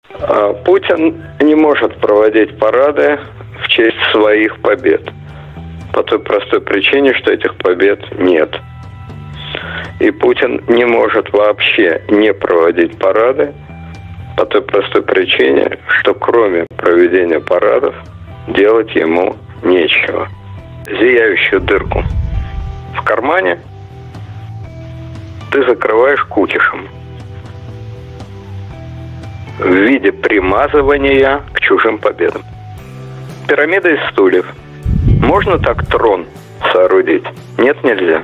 Путин не может проводить парады в честь своих побед. По той простой причине, что этих побед нет. И Путин не может вообще не проводить парады по той простой причине, что кроме проведения парадов делать ему нечего. Зияющую дырку в кармане ты закрываешь кукишем в виде примазывания к чужим победам. Пирамида из стульев. Можно так трон соорудить? Нет, нельзя.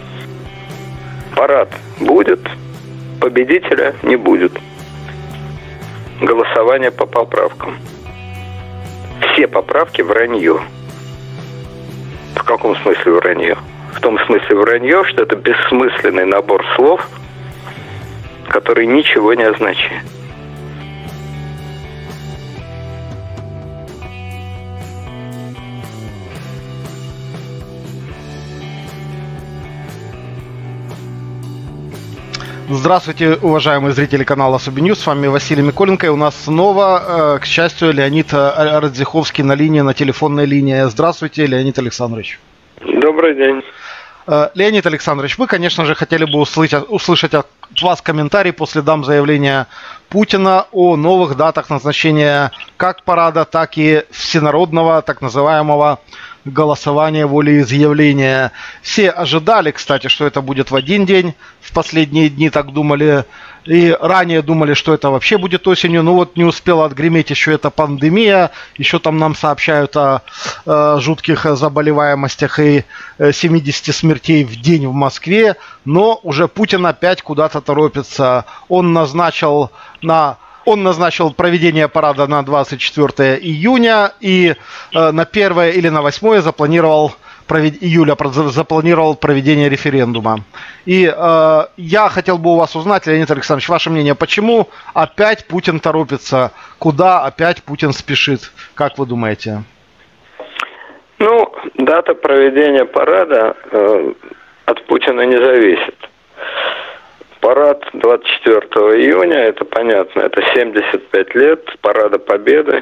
Парад будет, победителя не будет. Голосование по поправкам. Все поправки вранье. В каком смысле вранье? В том смысле вранье, что это бессмысленный набор слов, который ничего не означает. Здравствуйте, уважаемые зрители канала Особи Ньюс, с вами Василий Миколенко, и у нас снова, к счастью, Леонид Радзиховский на линии, на телефонной линии. Здравствуйте, Леонид Александрович. Добрый день. Леонид Александрович, вы, конечно же, хотели бы услышать от вас комментарий по следам заявления Путина о новых датах назначения как парада, так и всенародного, так называемого, голосования, волеизъявления. Все ожидали, кстати, что это будет в один день. В последние дни так думали. И ранее думали, что это вообще будет осенью. Но вот не успела отгреметь еще эта пандемия. Еще там нам сообщают о жутких заболеваемостях и 70 смертей в день в Москве. Но уже Путин опять куда-то торопится. Он назначил проведение парада на 24 июня и на 1 или на 8 июля запланировал проведение референдума. И я хотел бы у вас узнать, Леонид Александрович, ваше мнение, почему опять Путин торопится? Куда опять Путин спешит? Как вы думаете? Ну, дата проведения парада от Путина не зависит. Парад 24 июня, это понятно, это 75 лет парада Победы.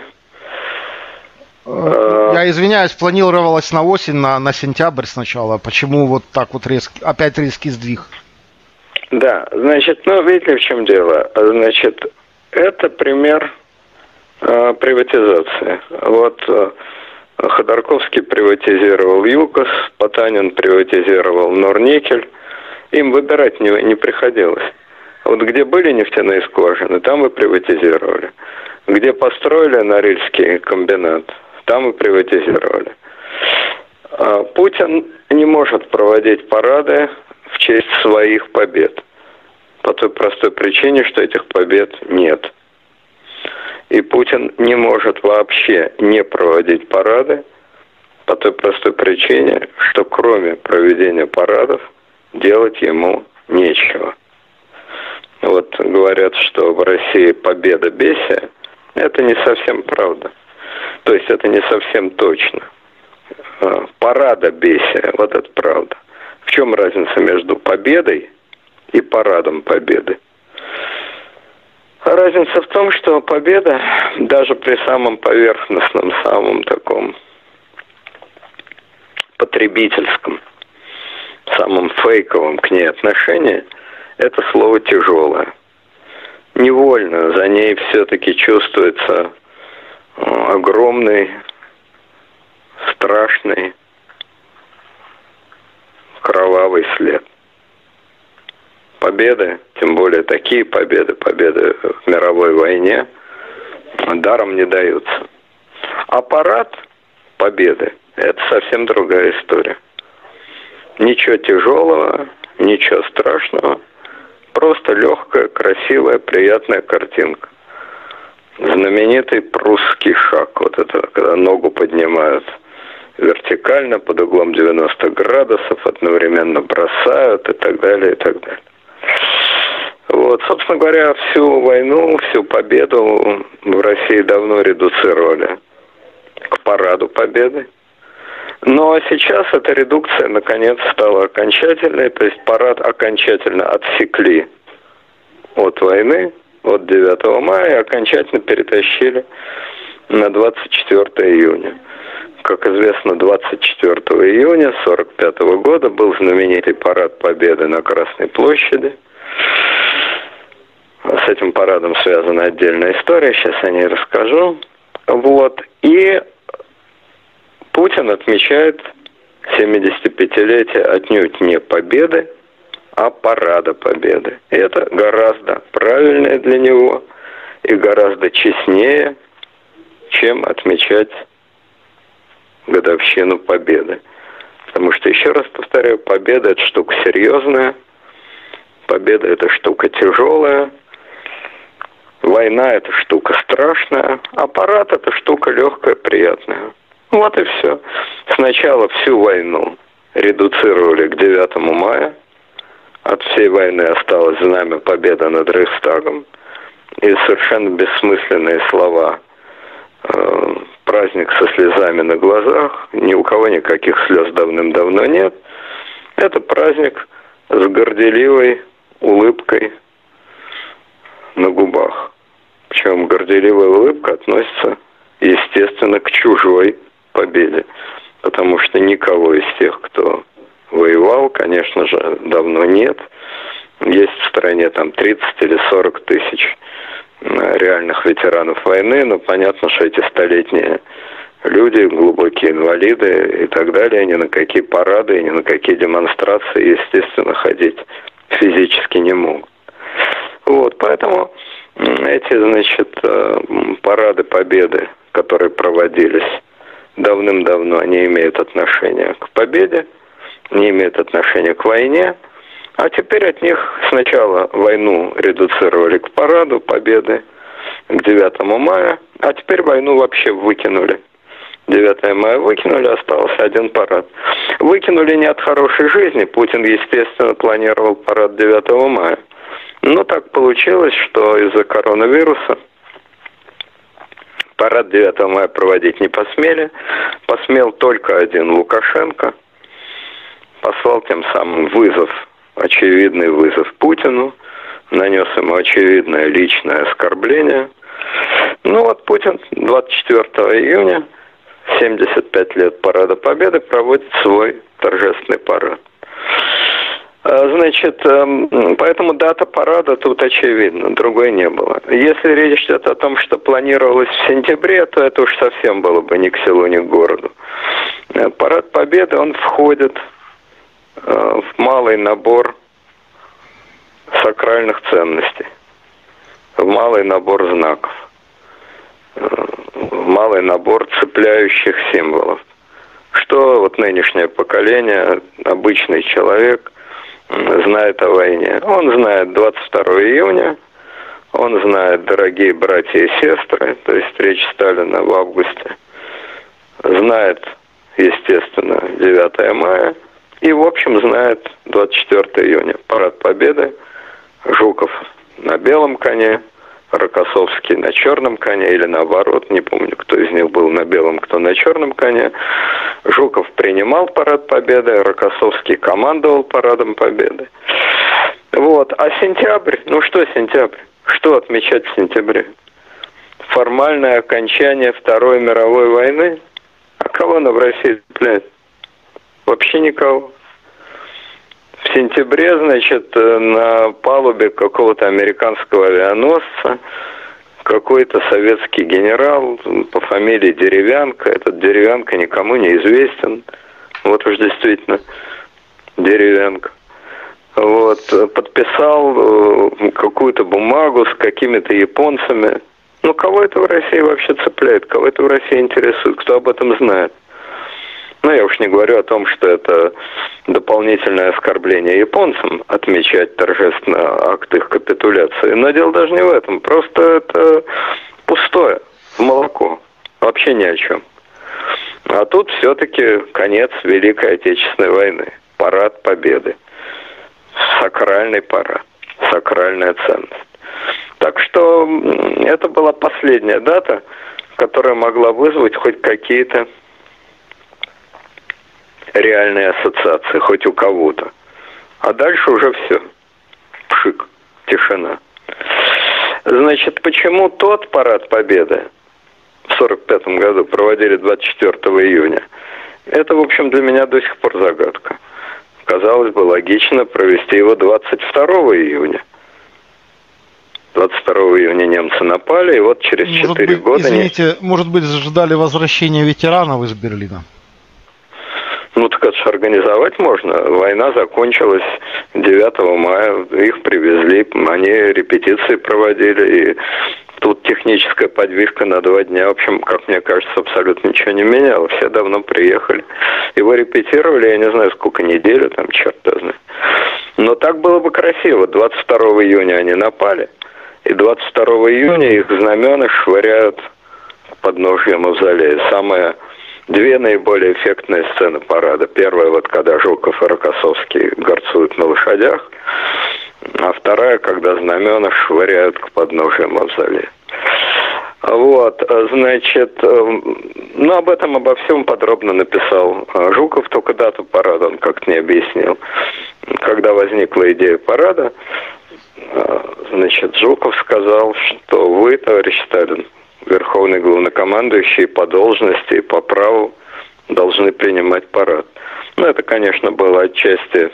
Я извиняюсь, планировалось на осень, на сентябрь сначала. Почему вот так вот опять резкий сдвиг? Да, значит, видите, в чем дело? Значит, это пример приватизации. Вот Ходорковский приватизировал ЮКОС, Потанин приватизировал Норникель. Им выбирать не приходилось. Вот где были нефтяные скважины, там и приватизировали. Где построили Норильский комбинат, там и приватизировали. Путин не может проводить парады в честь своих побед. По той простой причине, что этих побед нет. И Путин не может вообще не проводить парады по той простой причине, что кроме проведения парадов делать ему нечего. Вот говорят, что в России победа бесия. Это не совсем правда. То есть это не совсем точно. Парада бесия, вот это правда. В чем разница между победой и парадом победы? Разница в том, что победа даже при самом поверхностном, самом таком потребительском, самом фейковом к ней отношении, это слово тяжелое. Невольно за ней все-таки чувствуется огромный, страшный, кровавый след. Победы, тем более такие победы в мировой войне, даром не даются. А парад победы – это совсем другая история. Ничего тяжелого, ничего страшного. Просто легкая, красивая, приятная картинка. Знаменитый прусский шаг. Вот это, когда ногу поднимают вертикально под углом 90 градусов, одновременно бросают и так далее, и так далее. Вот, собственно говоря, всю войну, всю победу в России давно редуцировали к параду победы. Но сейчас эта редукция, наконец, стала окончательной, то есть парад окончательно отсекли от войны, от 9 мая и окончательно перетащили на 24 июня. Как известно, 24 июня 1945 года был знаменитый парад Победы на Красной площади. С этим парадом связана отдельная история, сейчас о ней расскажу. Вот. И Путин отмечает 75-летие отнюдь не победы, а парада Победы. И это гораздо правильнее для него и гораздо честнее, чем отмечать годовщину Победы. Потому что, еще раз повторяю, победа – это штука серьезная, победа – это штука тяжелая, война – это штука страшная, а парад – это штука легкая, приятная. Вот и все. Сначала всю войну редуцировали к 9 мая, от всей войны осталось знамя победы над Рейхстагом и совершенно бессмысленные слова «праздник со слезами на глазах», ни у кого никаких слез давным-давно нет. Это праздник с горделивой улыбкой на губах. Причем горделивая улыбка относится, естественно, к чужой победе, потому что никого из тех, кто воевал, конечно же, давно нет. Есть в стране там 30 или 40 тысяч реальных ветеранов войны, но понятно, что эти столетние люди, глубокие инвалиды и так далее, ни на какие парады, ни на какие демонстрации, естественно, ходить физически не могут. Вот, поэтому эти, значит, парады Победы, которые проводились давным-давно, не имеют отношения к победе, не имеют отношения к войне, а теперь от них сначала войну редуцировали к параду Победы, к 9 мая, а теперь войну вообще выкинули. 9 мая выкинули, остался один парад. Выкинули не от хорошей жизни, Путин, естественно, планировал парад 9 мая. Но так получилось, что из-за коронавируса парад 9 мая проводить не посмели. Посмел только один Лукашенко. Послал тем самым вызов, очевидный вызов Путину. Нанес ему очевидное личное оскорбление. Ну вот Путин 24 июня, 75 лет парада Победы, проводит свой торжественный парад. Значит, поэтому дата парада тут очевидна, другой не было. Если речь идет о том, что планировалось в сентябре, то это уж совсем было бы ни к селу, ни к городу. Парад Победы, он входит в малый набор сакральных ценностей, в малый набор знаков, в малый набор цепляющих символов. Что вот нынешнее поколение, обычный человек, знает о войне? Он знает 22 июня, он знает дорогие братья и сестры, то есть речь Сталина в августе, знает, естественно, 9 мая, и, в общем, знает 24 июня, парад Победы, Жуков на белом коне, Рокоссовский на черном коне, или наоборот, не помню, кто из них был на белом, кто на черном коне. Жуков принимал парад Победы, Рокоссовский командовал парадом Победы. Вот. А сентябрь, ну что сентябрь? Что отмечать в сентябре? Формальное окончание Второй мировой войны? А кого она в России цепляет? Вообще никого. В сентябре, значит, на палубе какого-то американского авианосца какой-то советский генерал по фамилии Деревянко, этот Деревянко никому не известен, вот уж действительно Деревянко, вот, подписал какую-то бумагу с какими-то японцами. Ну, кого это в России вообще цепляет, кого это в России интересует, кто об этом знает? Ну, я уж не говорю о том, что это дополнительное оскорбление японцам, отмечать торжественно акт их капитуляции. Но дело даже не в этом. Просто это пустое молоко. Вообще ни о чем. А тут все-таки конец Великой Отечественной войны. Парад Победы. Сакральный парад. Сакральная ценность. Так что это была последняя дата, которая могла вызвать хоть какие-то реальные ассоциации, хоть у кого-то. А дальше уже все. Пшик. Тишина. Значит, почему тот парад Победы в 1945 году проводили 24 июня? Это, в общем, для меня до сих пор загадка. Казалось бы, логично провести его 22 июня. 22 июня немцы напали, и вот через 4 года... Извините, может быть, ждали возвращения ветеранов из Берлина? Ну, так это же организовать можно. Война закончилась 9 мая, их привезли, они репетиции проводили, и тут техническая подвижка на 2 дня. В общем, как мне кажется, абсолютно ничего не меняло. Все давно приехали. Его репетировали, я не знаю, сколько, неделю, там, черт знает. Но так было бы красиво. 22 июня они напали, и 22 июня их знамена швыряют к подножью мавзолея. Две наиболее эффектные сцены парада. Первая, вот когда Жуков и Рокоссовский горцуют на лошадях, а вторая, когда знамена швыряют к подножию мавзолея. Вот, значит, об этом, обо всем подробно написал Жуков, только дату парада он как-то не объяснил. Когда возникла идея парада, значит, Жуков сказал, что вы, товарищ Сталин, верховный главнокомандующий, по должности и по праву должны принимать парад. Ну, это, конечно, было отчасти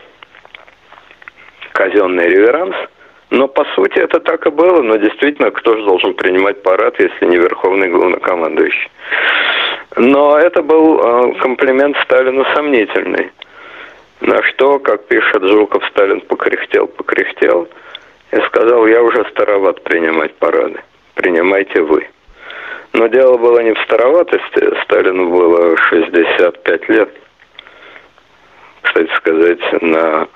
казенный реверанс, но по сути это так и было. Но действительно, кто же должен принимать парад, если не верховный главнокомандующий? Но это был комплимент Сталину сомнительный. На что, как пишет Жуков, Сталин покряхтел и сказал: я уже староват принимать парады. Принимайте вы. Но дело было не в староватости. Сталину было 65 лет. Кстати сказать, на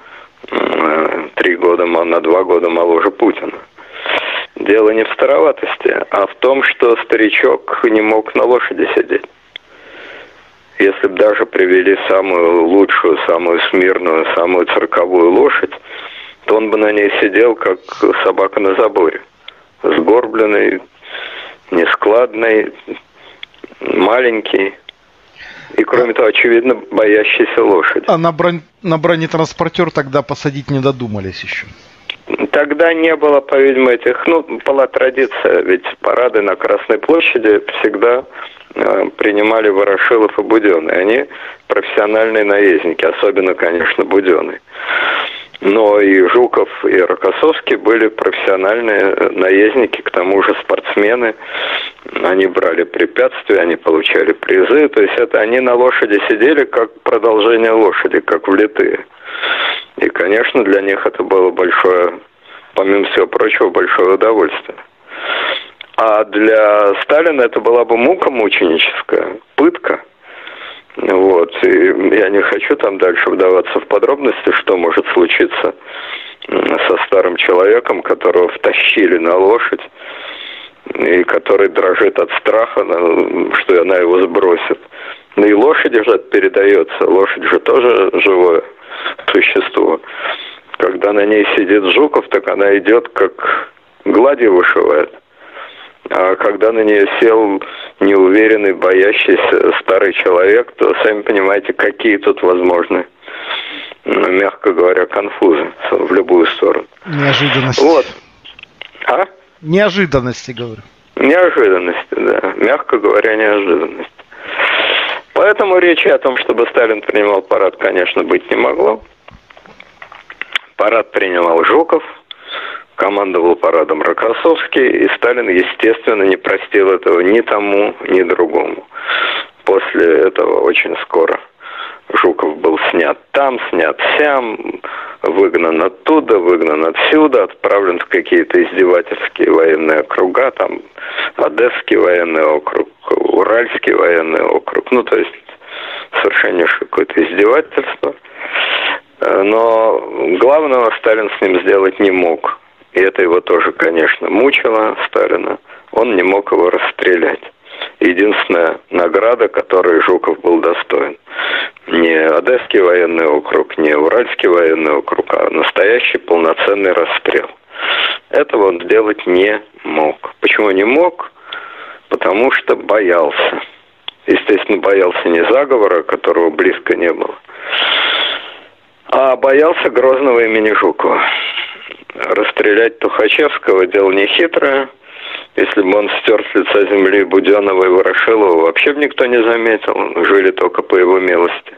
3 года, на 2 года моложе Путина. Дело не в староватости, а в том, что старичок не мог на лошади сидеть. Если бы даже привели самую лучшую, самую смирную, самую цирковую лошадь, то он бы на ней сидел, как собака на заборе. Сгорбленный, нескладный, маленький и, кроме того, очевидно, боящийся лошади. А на бронетранспортер тогда посадить не додумались еще? Тогда не было, по-видимому, этих... была традиция, ведь парады на Красной площади всегда принимали Ворошилов и Буденный. Они профессиональные наездники, особенно, конечно, Буденный. Но и Жуков, и Рокоссовский были профессиональные наездники, к тому же спортсмены. Они брали препятствия, они получали призы. То есть это они на лошади сидели как продолжение лошади, как влитые. И, конечно, для них это было большое, помимо всего прочего, большое удовольствие. А для Сталина это была бы мука мученическая, пытка. Вот. И я не хочу там дальше вдаваться в подробности, что может случиться со старым человеком, которого втащили на лошадь, и который дрожит от страха, что она его сбросит. Ну и лошади же это передается. Лошадь же тоже живое существо. Когда на ней сидит Жуков, так она идет, как гладью вышивает. А когда на нее сел неуверенный, боящийся старый человек, то, сами понимаете, какие тут возможны, мягко говоря, конфузы в любую сторону. Неожиданности. Вот. А? Неожиданности, говорю. Неожиданности, да. Мягко говоря, неожиданности. Поэтому речи о том, чтобы Сталин принимал парад, конечно, быть не могло. Парад принимал Жуков. Командовал парадом Рокоссовский, и Сталин, естественно, не простил этого ни тому, ни другому. После этого очень скоро Жуков был снят там, снят сям, выгнан оттуда, выгнан отсюда, отправлен в какие-то издевательские военные округа, там Одесский военный округ, Уральский военный округ, то есть совершеннейшее какое-то издевательство. Но главного Сталин с ним сделать не мог. И это его тоже, конечно, мучило, Сталина. Он не мог его расстрелять. Единственная награда, которой Жуков был достоин. Не Одесский военный округ, не Уральский военный округ, а настоящий полноценный расстрел. Этого он сделать не мог. Почему не мог? Потому что боялся. Естественно, боялся не заговора, которого близко не было, а боялся грозного имени Жукова. расстрелять Тухачевского дело нехитрое. Если бы он стер с лица земли Буденова и Ворошилова, вообще бы никто не заметил. Жили только по его милости.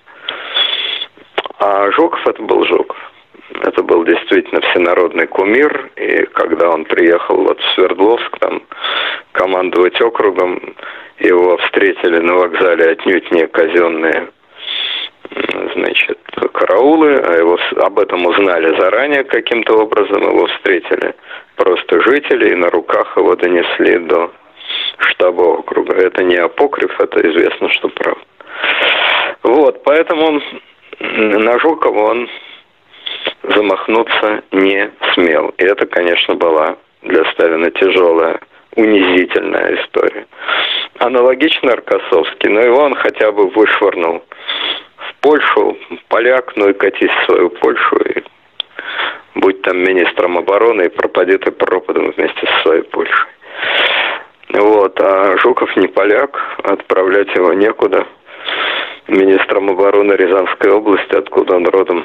А Жуков — это был Жуков. Это был действительно всенародный кумир. И когда он приехал вот в Свердловск, там, командовать округом, его встретили на вокзале отнюдь не казенные, значит, караулы, а его об этом узнали заранее каким-то образом, его встретили просто жители и на руках его донесли до штаба округа. Это не апокриф, это известно, что правда. Вот, поэтому на Жукова он замахнуться не смел. И это, конечно, была для Сталина тяжелая, унизительная история. Аналогично Рокоссовский, но его он хотя бы вышвырнул в Польшу, поляк, ну и катись в свою Польшу, и будь там министром обороны, и пропади ты пропадом вместе со своей Польшей. Вот, а Жуков не поляк, отправлять его некуда. Министром обороны Рязанской области, откуда он родом,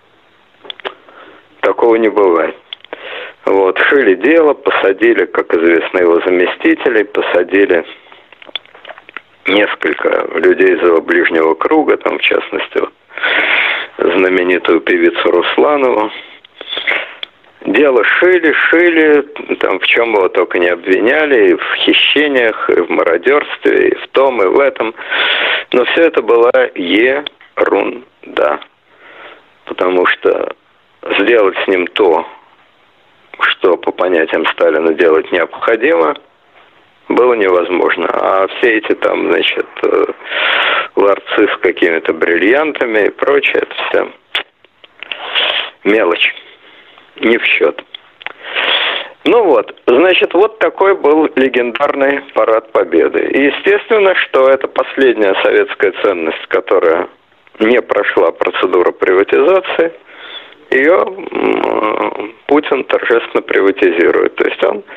такого не бывает. Вот, шили дело, посадили, как известно, его заместителей, посадили несколько людей из его ближнего круга, там, в частности, вот, знаменитую певицу Русланову. Дело шили, там в чем его только не обвиняли, и в хищениях, и в мародерстве, и в том, и в этом. Но все это была ерунда. Потому что сделать с ним то, что по понятиям Сталина делать необходимо, было невозможно. А все эти там, значит, ларцы с какими-то бриллиантами и прочее, это все мелочь. Не в счет. Ну вот, значит, вот такой был легендарный парад Победы. И естественно, что это последняя советская ценность, которая не прошла процедуру приватизации. Ее Путин торжественно приватизирует. То есть он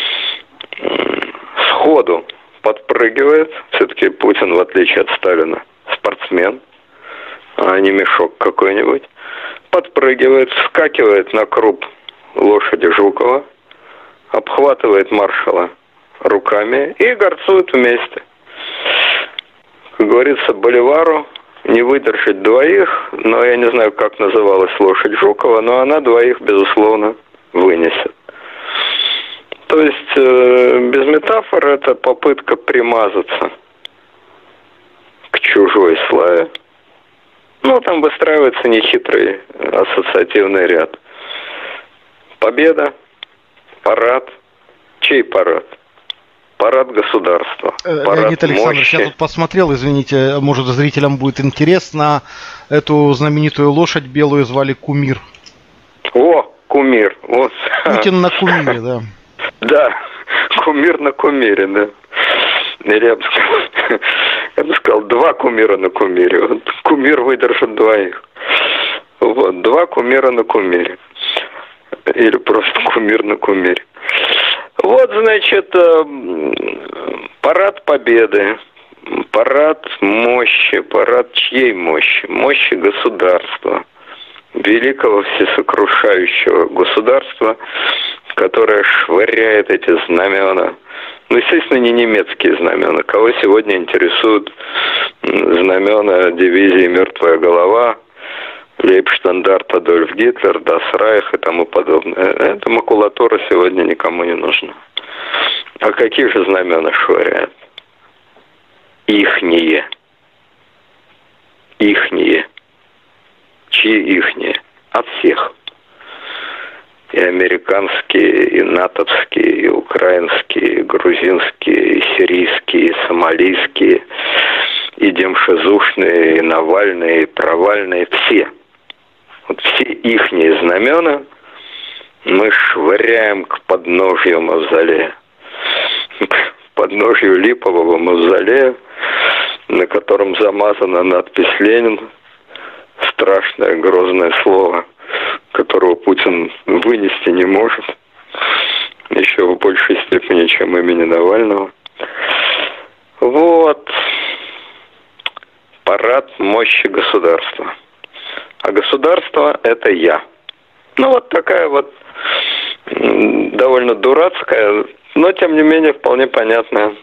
сходу подпрыгивает. Все-таки Путин, в отличие от Сталина, спортсмен, а не мешок какой-нибудь. Подпрыгивает, вскакивает на круп лошади Жукова, обхватывает маршала руками и горцует вместе. Как говорится, Боливару не выдержать двоих, но я не знаю, как называлась лошадь Жукова, но она двоих, безусловно, вынесет. То есть, без метафор, это попытка примазаться к чужой славе. Ну, там выстраивается нехитрый ассоциативный ряд. Победа, парад. Чей парад? Парад государства. Парад Леонид Александрович, мощи. я тут посмотрел, извините, может, зрителям будет интересно. Эту знаменитую лошадь белую звали Кумир. О, кумир. Вот. Путин на кумире, да. Да, кумир на кумире, да. Или я бы сказал, два кумира на кумире. Вот, кумир выдержит двоих. Вот, два кумира на кумире. Или просто кумир на кумире. Вот, значит, парад Победы, парад мощи, парад чьей мощи? Мощи государства. Великого всесокрушающего государства, которое швыряет эти знамена. Ну, естественно, не немецкие знамена. Кого сегодня интересуют знамена дивизии «Мертвая голова», лейбштандарт Адольф Гитлер, Дас Райх и тому подобное. Эта макулатура сегодня никому не нужна. А какие же знамена швыряют? Ихние. Ихние. Чьи ихние? От всех. И американские, и натовские, и украинские, и грузинские, и сирийские, и сомалийские, и демшезушные, и Навальные, и провальные. Все. Вот все ихние знамена мы швыряем к подножью мавзолея. К подножью липового мавзолея, на котором замазана надпись «Ленин». Страшное, грозное слово, которого Путин вынести не может. Еще в большей степени, чем имени Навального. Вот. Парад мощи государства. А государство — это я. Ну, вот такая вот довольно дурацкая, но тем не менее вполне понятная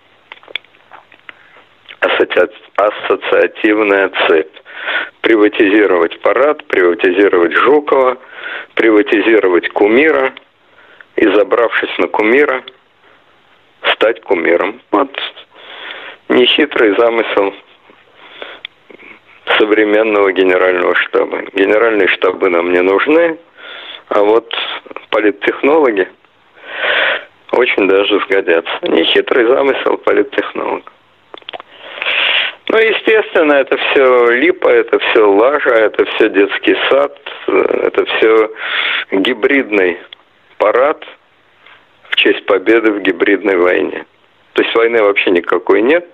ассоциативная цепь. Приватизировать парад, приватизировать Жукова, приватизировать кумира и, забравшись на кумира, стать кумиром. Вот нехитрый замысел современного генерального штаба. Генеральные штабы нам не нужны, а вот политтехнологи очень даже сгодятся. Нехитрый замысел политтехнолога. Ну, естественно, это все липа, это все лажа, это все детский сад, это все гибридный парад в честь победы в гибридной войне. То есть войны вообще никакой нет,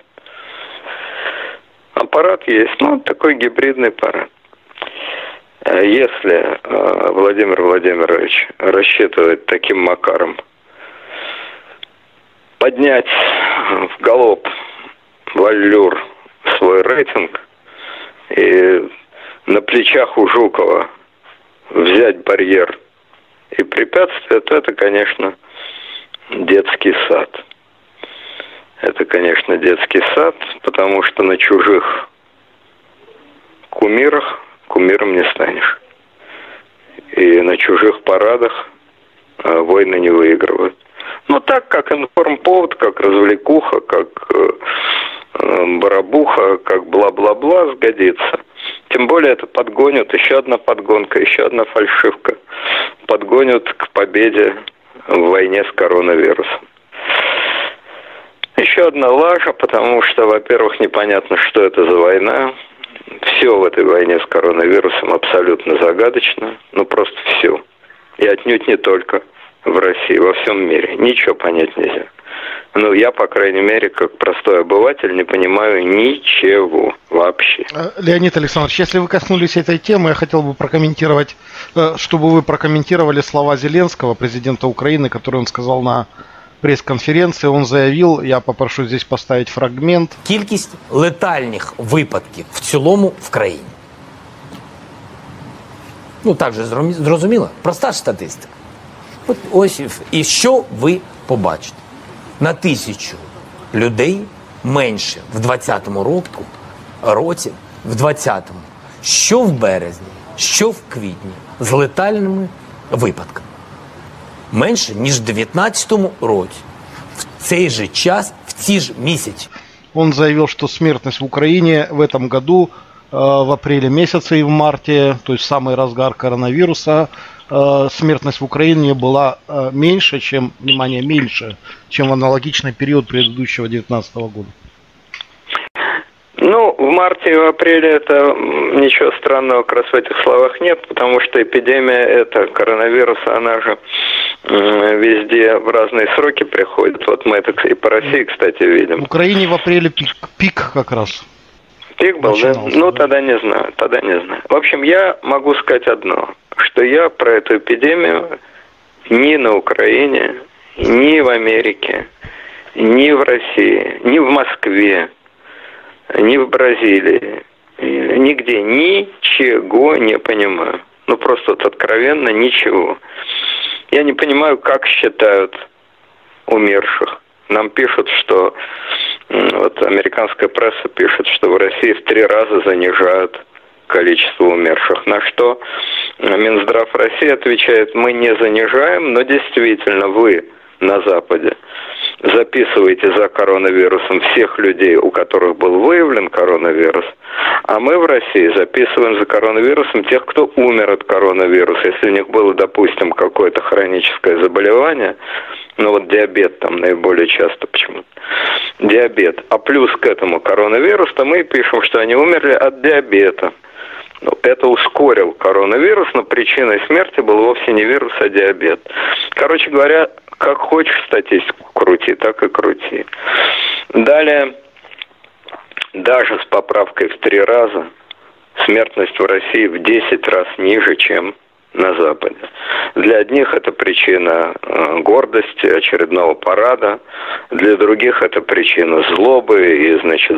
а парад есть. Ну, такой гибридный парад. Если Владимир Владимирович рассчитывает таким макаром поднять в галоп, в аллюр свой рейтинг и на плечах у Жукова взять барьер и препятствие, то это, конечно, детский сад. Это, конечно, детский сад, потому что на чужих кумирах кумиром не станешь. И на чужих парадах войны не выигрывают. Ну, так, как информповод, как развлекуха, как барабуха, как бла-бла-бла сгодится. Тем более это подгонят, еще одна подгонка, еще одна фальшивка. Подгонят к победе в войне с коронавирусом. Еще одна лажа, потому что, во-первых, непонятно, что это за война. Все в этой войне с коронавирусом абсолютно загадочно. Ну, просто все. И отнюдь не только в России, во всем мире. Ничего понять нельзя. Ну, я, по крайней мере, как простой обыватель, не понимаю ничего вообще. Леонид Александрович, если вы коснулись этой темы, я хотел бы прокомментировать, чтобы вы прокомментировали слова Зеленского, президента Украины, которые он сказал на пресс-конференции. Он заявил, я попрошу здесь поставить фрагмент. Кількість летальних випадків в цілому в країні. Ну, так же зрозуміло. Проста ж статистика. От ось і що ви побачите. На 1000 людей менше в 2020 році, в 2020-му, що в березні, що в квітні, з летальними випадками. Менше, ніж в 2019 році. В цей же час, в ці ж місяці. Он заявил, что смертность в Украине в этом году, в апреле месяце и в марте, то есть самый разгар коронавируса, смертность в Украине была меньше, чем, внимание, меньше, чем в аналогичный период предыдущего 2019 года. Ну, в марте и в апреле это ничего странного как раз в этих словах нет, потому что эпидемия это коронавируса, она же везде в разные сроки приходит. Вот мы это и по России, кстати, видим. В Украине в апреле пик как раз. Пик был, да? Ну, тогда не знаю. В общем, я могу сказать одно, что я про эту эпидемию ни на Украине, ни в Америке, ни в России, ни в Москве, ни в Бразилии, нигде ничего не понимаю. Ну, просто вот откровенно ничего. Я не понимаю, как считают умерших. Нам пишут, что вот американская пресса пишет, что в России в 3 раза занижают количество умерших. На что Минздрав России отвечает: мы не занижаем, но действительно вы на Западе записываете за коронавирусом всех людей, у которых был выявлен коронавирус, а мы в России записываем за коронавирусом тех, кто умер от коронавируса. Если у них было, допустим, какое-то хроническое заболевание, ну вот диабет там наиболее часто почему-то, диабет, а плюс к этому коронавирус, то мы пишем, что они умерли от диабета. Ну, это ускорил коронавирус, но причиной смерти был вовсе не вирус, а диабет. Короче говоря, как хочешь статистику крути, так и крути. Далее, даже с поправкой в 3 раза, смертность в России в 10 раз ниже, чем на Западе. Для одних это причина гордости, очередного парада, для других это причина злобы и, значит,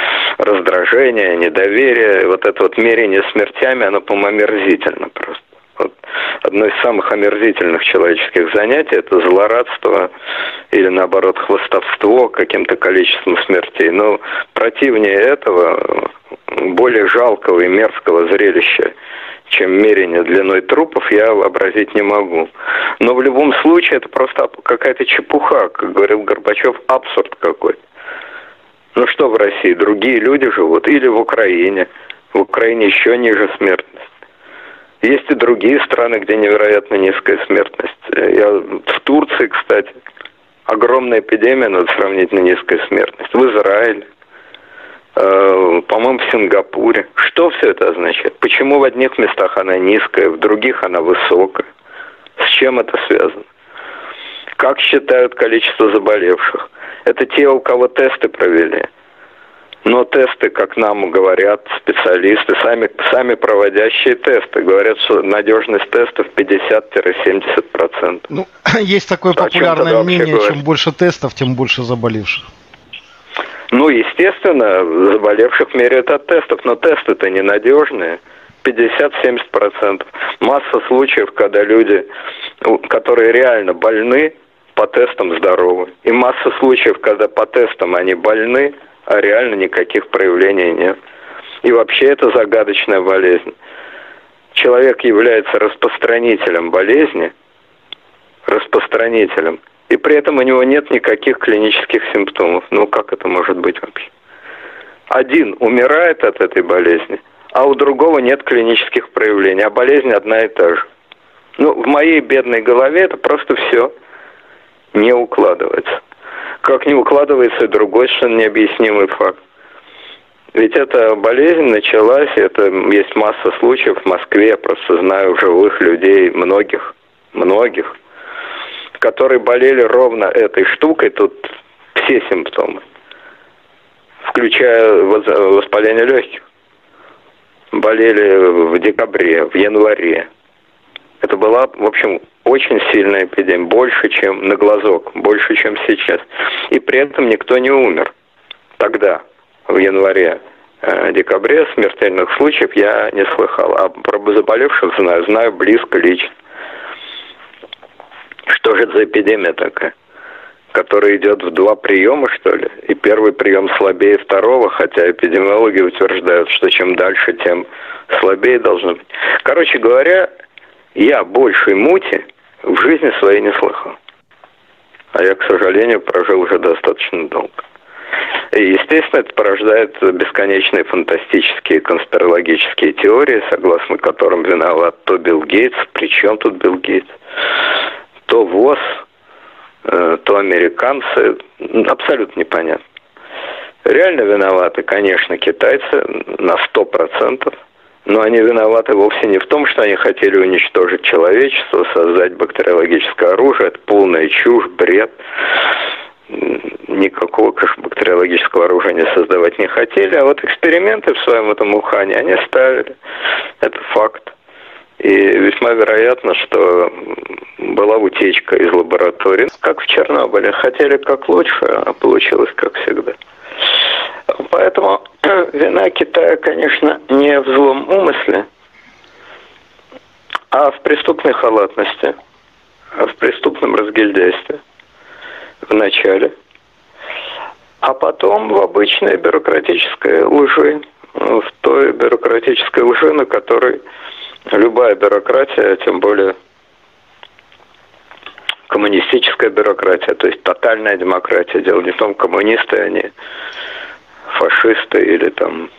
раздражения, недоверия. Вот это вот мерение смертями, оно, по-моему, омерзительно просто. Вот одно из самых омерзительных человеческих занятий – это злорадство или, наоборот, хвастовство каким-то количеством смертей. Но противнее этого, более жалкого и мерзкого зрелища, чем мерение длиной трупов, я вообразить не могу. Но в любом случае это просто какая-то чепуха, как говорил Горбачев, абсурд какой-то. Ну что в России, другие люди живут, или в Украине. В Украине еще ниже смертность. Есть и другие страны, где невероятно низкая смертность. В Турции, кстати, огромная эпидемия, но сравнительно низкая смертность. В Израиле. По-моему, в Сингапуре. Что все это означает? Почему в одних местах она низкая, в других она высокая? С чем это связано? Как считают количество заболевших? Это те, у кого тесты провели. Но тесты, как нам говорят специалисты, сами проводящие тесты, говорят, что надежность тестов 50-70%. Ну, есть такое популярное мнение, чем больше тестов, тем больше заболевших. Ну, естественно, заболевших меряют от тестов, но тесты-то ненадежные. 50-70%. Масса случаев, когда люди, которые реально больны, по тестам здоровы. И масса случаев, когда по тестам они больны, а реально никаких проявлений нет. И вообще это загадочная болезнь. Человек является распространителем болезни, и при этом у него нет никаких клинических симптомов. Ну, как это может быть вообще? Один умирает от этой болезни, а у другого нет клинических проявлений, а болезнь одна и та же. Ну, в моей бедной голове это просто все не укладывается. Как не укладывается и другой совершенно необъяснимый факт. Ведь эта болезнь началась, это есть масса случаев в Москве, я просто знаю живых людей, многих, которые болели ровно этой штукой, тут все симптомы, включая воспаление легких, болели в декабре, в январе. Это была, в общем, очень сильная эпидемия, больше, чем на глазок, больше, чем сейчас. И при этом никто не умер. Тогда, в январе-декабре, смертельных случаев я не слыхал. А про заболевших знаю близко лично. Что же это за эпидемия такая, которая идет в 2 приема, что ли? И первый прием слабее второго, хотя эпидемиологи утверждают, что чем дальше, тем слабее должно быть. Короче говоря, я большей мути в жизни своей не слыхал. А я, к сожалению, прожил уже достаточно долго. И, естественно, это порождает бесконечные фантастические конспирологические теории, согласно которым виноват то Билл Гейтс, причем тут Билл Гейтс, то ВОЗ, то американцы. Абсолютно непонятно. Реально виноваты, конечно, китайцы на 100%. Но они виноваты вовсе не в том, что они хотели уничтожить человечество, создать бактериологическое оружие. Это полная чушь, бред. Никакого, конечно, бактериологического оружия они создавать не хотели. А вот эксперименты в своем этом Ухане они ставили. Это факт. И весьма вероятно, что была утечка из лаборатории. Как в Чернобыле. Хотели как лучше, а получилось как всегда. Поэтому вина Китая, конечно, не в злом умысле, а в преступной халатности, а в преступном разгильдяйстве в начале, а потом в обычной бюрократической лжи, в той бюрократической лжи, на которой любая бюрократия, тем более коммунистическая бюрократия, то есть тотальная демократия, дело не в том, коммунисты они, фашисты или там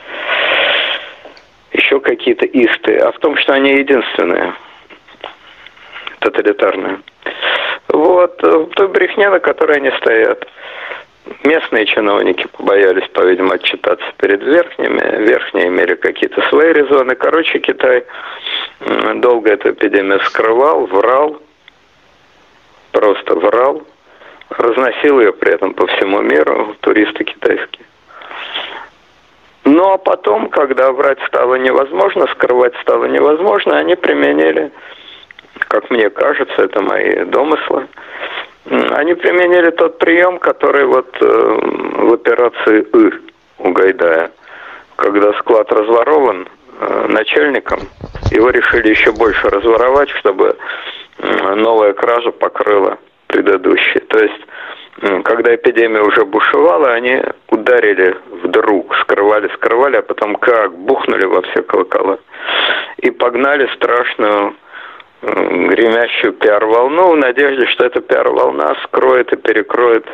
еще какие-то исты, а в том, что они единственные, тоталитарные. Вот, той брехня, на которой они стоят. Местные чиновники побоялись, по-видимому, отчитаться перед верхними. Верхние имели какие-то свои резоны. Короче, Китай долго эту эпидемию скрывал, врал, просто врал, разносил ее при этом по всему миру, туристы китайские. Ну, а потом, когда врать стало невозможно, скрывать стало невозможно, они применили, как мне кажется, это мои домыслы, они применили тот прием, который вот в операции у Гайдая, когда склад разворован, начальником, его решили еще больше разворовать, чтобы новая кража покрыла предыдущие. То есть, когда эпидемия уже бушевала, они ударили вдруг, скрывали, а потом как бухнули во все колокола. И погнали страшную гремящую пиар-волну в надежде, что эта пиар-волна скроет и перекроет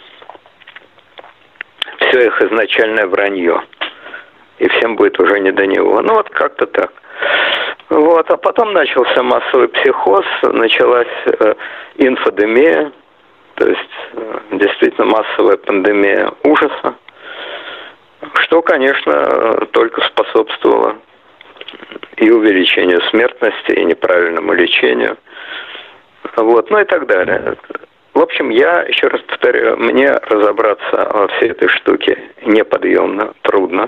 все их изначальное вранье. И всем будет уже не до него. Ну вот как-то так. Вот, а потом начался массовый психоз, началась инфодемия, то есть действительно массовая пандемия ужаса, что, конечно, только способствовало и увеличению смертности, и неправильному лечению, вот, ну и так далее. В общем, я, еще раз повторяю, мне разобраться во всей этой штуке неподъемно, трудно.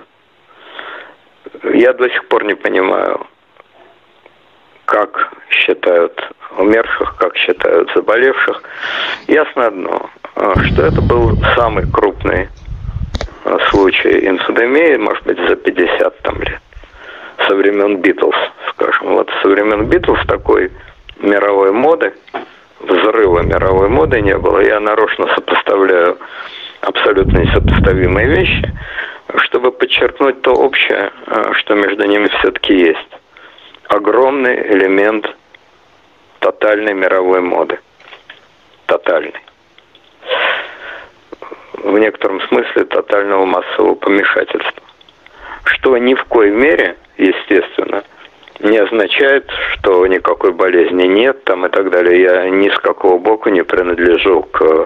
Я до сих пор не понимаю, как считают умерших, как считают заболевших. Ясно одно, что это был самый крупный случай инфодемии, может быть, за 50 там лет, со времен Битлз, скажем. Вот со времен Битлз такой мировой моды, взрыва мировой моды не было. Я нарочно сопоставляю абсолютно несопоставимые вещи, чтобы подчеркнуть то общее, что между ними все-таки есть. Огромный элемент тотальной мировой моды. Тотальный. В некотором смысле тотального массового помешательства. Что ни в коей мере, естественно, не означает, что никакой болезни нет там и так далее. Я ни с какого боку не принадлежу к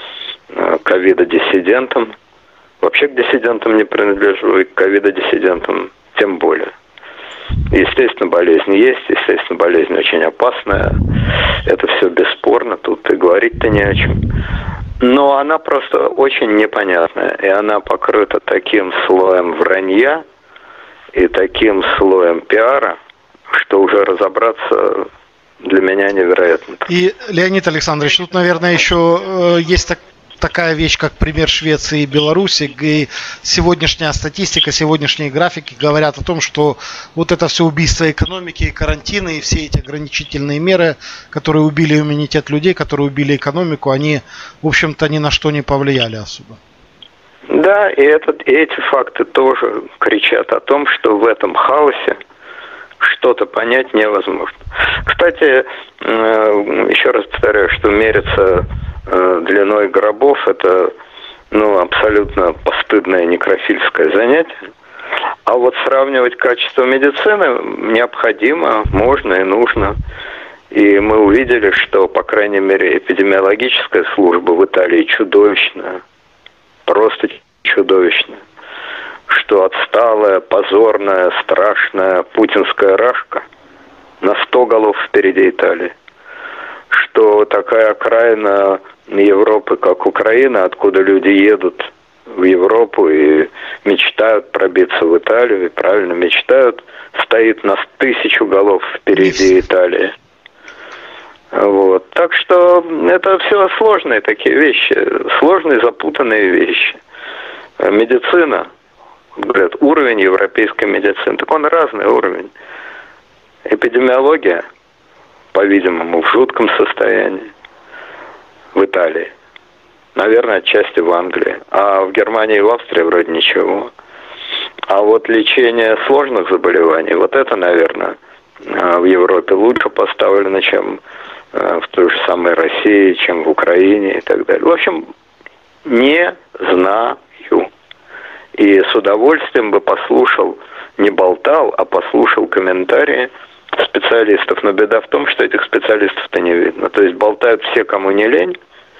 ковидодиссидентам. Вообще к диссидентам не принадлежу, и к ковидодиссидентам тем более. Естественно, болезнь есть, естественно, болезнь очень опасная. Это все бесспорно, тут и говорить-то не о чем. Но она просто очень непонятная, и она покрыта таким слоем вранья и таким слоем пиара, что уже разобраться для меня невероятно. И, Леонид Александрович, тут, наверное, еще есть такая вещь, как пример Швеции и Беларуси, и сегодняшняя статистика, сегодняшние графики говорят о том, что вот это все убийство экономики, и карантины, и все эти ограничительные меры, которые убили иммунитет людей, которые убили экономику, они, в общем-то, ни на что не повлияли особо. Да, и эти факты тоже кричат о том, что в этом хаосе что-то понять невозможно. Кстати, еще раз повторяю, что мериться длиной гробов – это абсолютно постыдное некрофильское занятие. А вот сравнивать качество медицины необходимо, можно и нужно. И мы увидели, что, по крайней мере, эпидемиологическая служба в Италии чудовищная, просто чудовищная. Что отсталая, позорная, страшная путинская рашка на 100 голов впереди Италии. Что такая окраина Европы, как Украина, откуда люди едут в Европу и мечтают пробиться в Италию, и правильно мечтают, стоит на 1000 голов впереди Италии. Вот. Так что это все сложные такие вещи, сложные, запутанные вещи. Медицина, говорят, уровень европейской медицины, так он разный уровень. Эпидемиология, по-видимому, в жутком состоянии в Италии. Наверное, отчасти в Англии. А в Германии и в Австрии вроде ничего. А вот лечение сложных заболеваний, вот это, наверное, в Европе лучше поставлено, чем в той же самой России, чем в Украине и так далее. В общем, не знаю. И с удовольствием бы послушал, не болтал, а послушал комментарии специалистов. Но беда в том, что этих специалистов-то не видно. То есть болтают все, кому не лень.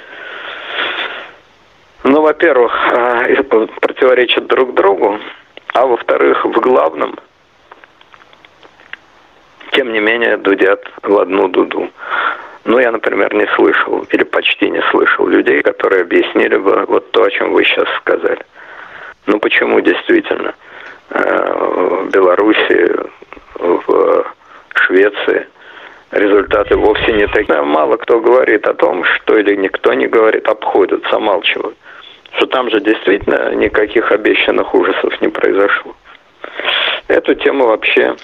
Ну, во-первых, противоречат друг другу, а во-вторых, в главном, тем не менее, дудят в одну дуду. Ну, я, например, не слышал, или почти не слышал людей, которые объяснили бы вот то, о чем вы сейчас сказали. Ну, почему действительно в Беларуси, в Швеции результаты вовсе не такие. Мало кто говорит о том, что или никто не говорит, обходят, замалчивают. Что там же действительно никаких обещанных ужасов не произошло. эту тему вообще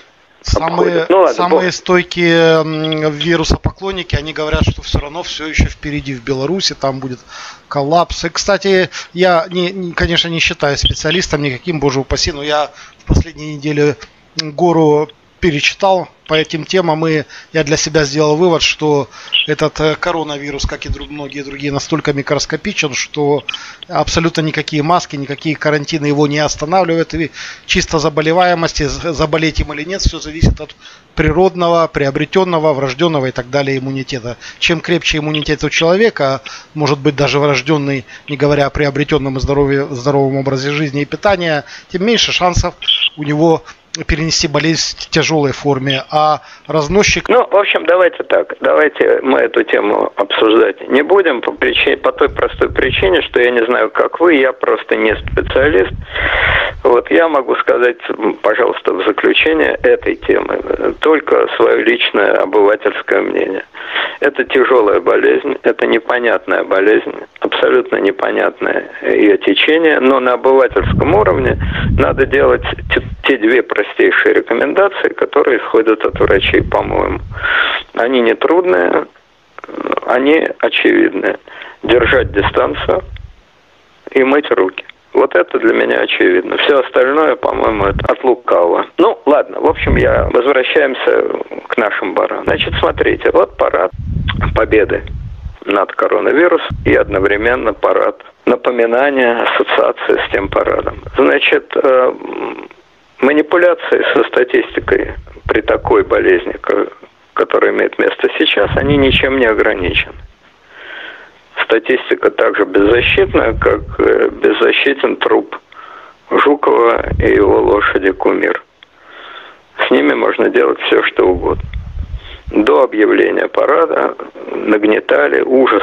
Самые стойкие вирусопоклонники, они говорят, что все равно все еще впереди в Беларуси, там будет коллапс. И, кстати, я, конечно, не считаю специалистом никаким, боже упаси, но я в последние недели гору перечитал по этим темам, и я для себя сделал вывод, что этот коронавирус, как и многие другие, настолько микроскопичен, что абсолютно никакие маски, никакие карантины его не останавливают. И чисто заболеваемости, заболеть им или нет, все зависит от природного, приобретенного, врожденного и так далее иммунитета. Чем крепче иммунитет у человека, может быть даже врожденный, не говоря о приобретенном и здоровом образе жизни и питания, тем меньше шансов у него перенести болезнь в тяжелой форме, а разносчик... Ну, в общем, давайте так, давайте мы эту тему обсуждать не будем по той простой причине, что я не знаю, как вы, я просто не специалист. Вот я могу сказать, пожалуйста, в заключение этой темы только свое личное обывательское мнение. Это тяжелая болезнь, это непонятная болезнь, абсолютно непонятное ее течение, но на обывательском уровне надо делать те две простейшие рекомендации, которые исходят от врачей, по-моему. Они не трудные, они очевидные. Держать дистанцию и мыть руки. Вот это для меня очевидно. Все остальное, по-моему, это от лукавого. Ну, ладно, в общем, возвращаемся к нашим баранам. Значит, смотрите, вот парад победы над коронавирусом и одновременно парад напоминания, ассоциации с тем парадом. Значит, манипуляции со статистикой при такой болезни, которая имеет место сейчас, они ничем не ограничены. Статистика также беззащитна, как беззащитен труп Жукова и его лошади Кумир. С ними можно делать все, что угодно. До объявления парада нагнетали ужас.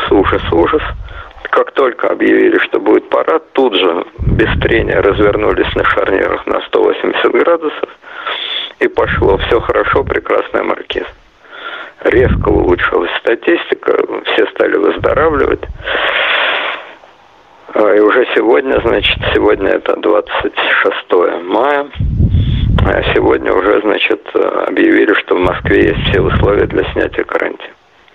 Как только объявили, что будет парад, тут же без трения развернулись на шарнирах на 180 градусов и пошло все хорошо, прекрасная маркиза. Резко улучшилась статистика, все стали выздоравливать. И уже сегодня, сегодня это 26 мая, а сегодня уже, объявили, что в Москве есть все условия для снятия карантина.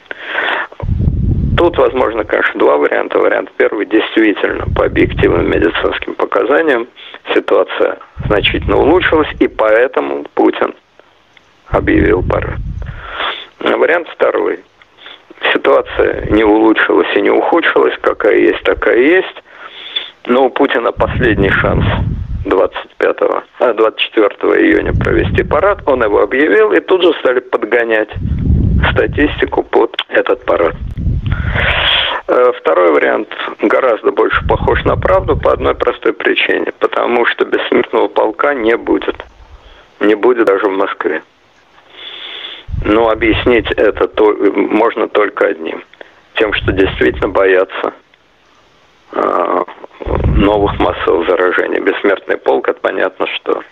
Тут возможно, конечно, два варианта. Вариант первый, действительно, по объективным медицинским показаниям ситуация значительно улучшилась, и поэтому Путин объявил парад. Вариант второй. Ситуация не улучшилась и не ухудшилась, какая есть, такая есть. Но у Путина последний шанс 24 июня провести парад. Он его объявил, и тут же стали подгонять статистику под этот парад. Второй вариант гораздо больше похож на правду по одной простой причине. Потому что бессмертного полка не будет. Не будет даже в Москве. Но объяснить это можно только одним. Тем, что действительно боятся новых массовых заражений. Бессмертный полк, это понятно, что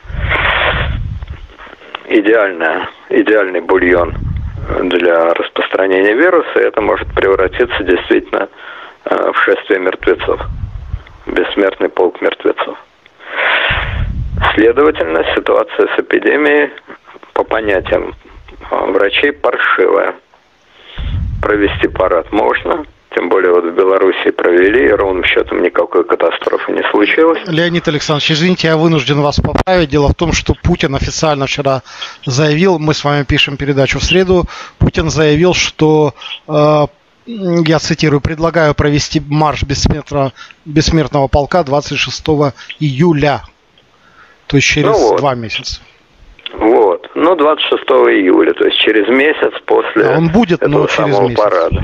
идеальный бульон для распространения вируса, и это может превратиться действительно в шествие мертвецов. Бессмертный полк мертвецов. Следовательно, ситуация с эпидемией по понятиям врачей паршивая. Провести парад можно, тем более вот в Беларуси провели, и ровным счетом никакой катастрофы не случилось. Леонид Александрович, извините, я вынужден вас поправить. Дело в том, что Путин официально вчера заявил, мы с вами пишем передачу в среду, Путин заявил, что, я цитирую, предлагаю провести марш бессмертного полка 26 июля, то есть через 2 месяца. Вот, 26 июля, то есть через месяц после он будет, этого самого парада.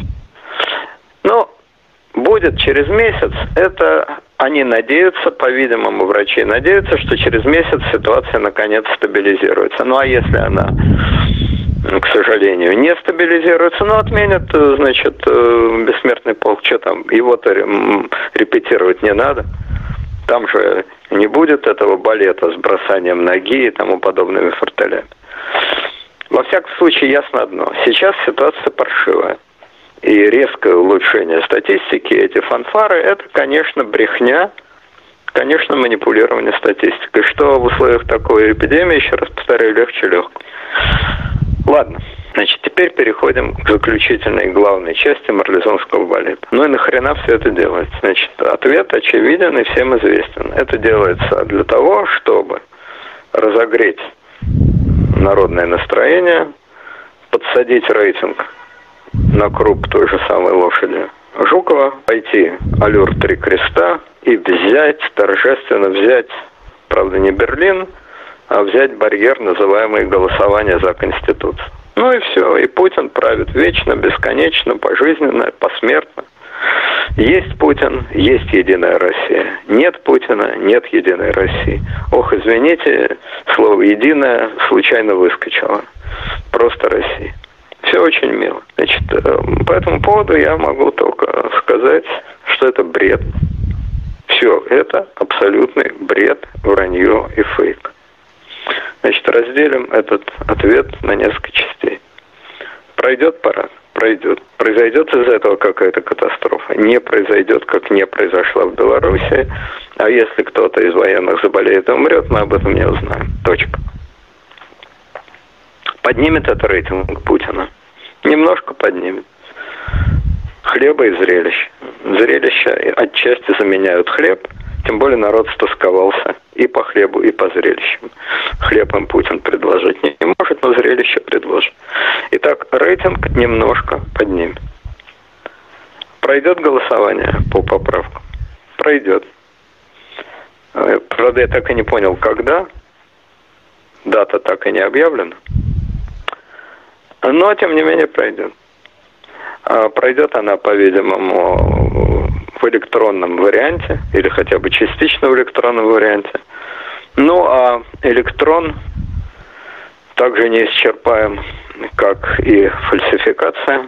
Будет через месяц, это они надеются, по-видимому, врачи надеются, что через месяц ситуация наконец стабилизируется. Ну а если она, к сожалению, не стабилизируется, отменят, бессмертный полк, что там, его-то репетировать не надо. Там же не будет этого балета с бросанием ноги и тому подобными фортелями. Во всяком случае, ясно одно. Сейчас ситуация паршивая. И резкое улучшение статистики, эти фанфары, это, конечно, брехня, Конечно, манипулирование статистикой. Что в условиях такой эпидемии, еще раз повторяю, легче легко. Ладно. Значит, теперь переходим к заключительной главной части марлезонского балета. Ну и нахрена все это делается? Значит, ответ очевиден и всем известен. Это делается для того, чтобы разогреть народное настроение, подсадить рейтинг на круп той же самой лошади Жукова, пойти аллюр 3 креста и взять, торжественно взять, правда не Берлин, а взять барьер, называемый голосование за Конституцию. Ну и все, и Путин правит вечно, бесконечно, пожизненно, посмертно. Есть Путин, есть Единая Россия. Нет Путина, нет Единой России. Ох, извините, слово «единое» случайно выскочило. Просто Россия. Все очень мило. Значит, по этому поводу я могу только сказать, что это бред. Все, это абсолютный бред, вранье и фейк. Значит, разделим этот ответ на несколько частей. Пройдет парад? Пройдет. Произойдет из этого какая-то катастрофа? Не произойдет, как не произошла в Беларуси. А если кто-то из военных заболеет и умрет, мы об этом не узнаем. Точка. Поднимет это рейтинг Путина? Немножко поднимет. Хлеба и зрелищ. Зрелища отчасти заменяют хлеб. Тем более народ стосковался и по хлебу, и по зрелищам. Хлеб им Путин предложить не может, но зрелище предложит. Итак, рейтинг немножко поднимет. Пройдет голосование по поправкам? Пройдет. Правда, я так и не понял, когда. Дата так и не объявлена. Но, тем не менее, пройдет. Пройдет она, по-видимому, в электронном варианте, или хотя бы частично в электронном варианте. Ну, а электрон также неисчерпаем, как и фальсификация.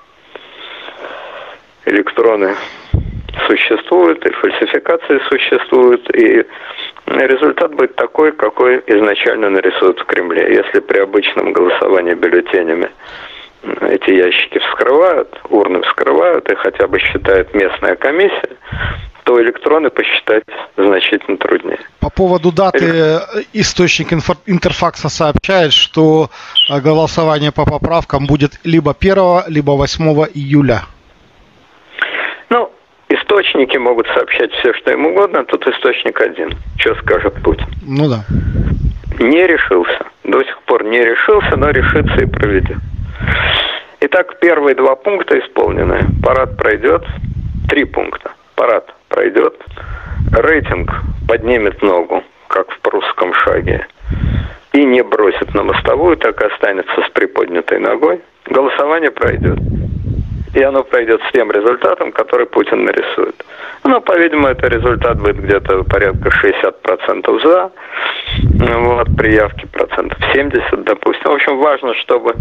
Электроны существуют, и фальсификации существуют, и результат будет такой, какой изначально нарисуют в Кремле. Если при обычном голосовании бюллетенями эти ящики вскрывают, урны вскрывают и хотя бы считает местная комиссия, то электроны посчитать значительно труднее. По поводу даты источник Интерфакса сообщает, что голосование по поправкам будет либо 1, либо 8 июля. Ну, источники могут сообщать все, что им угодно, тут источник один. Что скажет Путин? Ну да. Не решился. До сих пор не решился, но решится и проведет. Итак, первые 2 пункта исполнены. Парад пройдет. 3 пункта. Парад пройдет. Рейтинг поднимет ногу, как в прусском шаге, и не бросит на мостовую, так и останется с приподнятой ногой. Голосование пройдет. И оно пройдет с тем результатом, который Путин нарисует. Ну, по-видимому, это результат будет где-то порядка 60% за. Вот, при явке процентов 70, допустим. В общем, важно, чтобы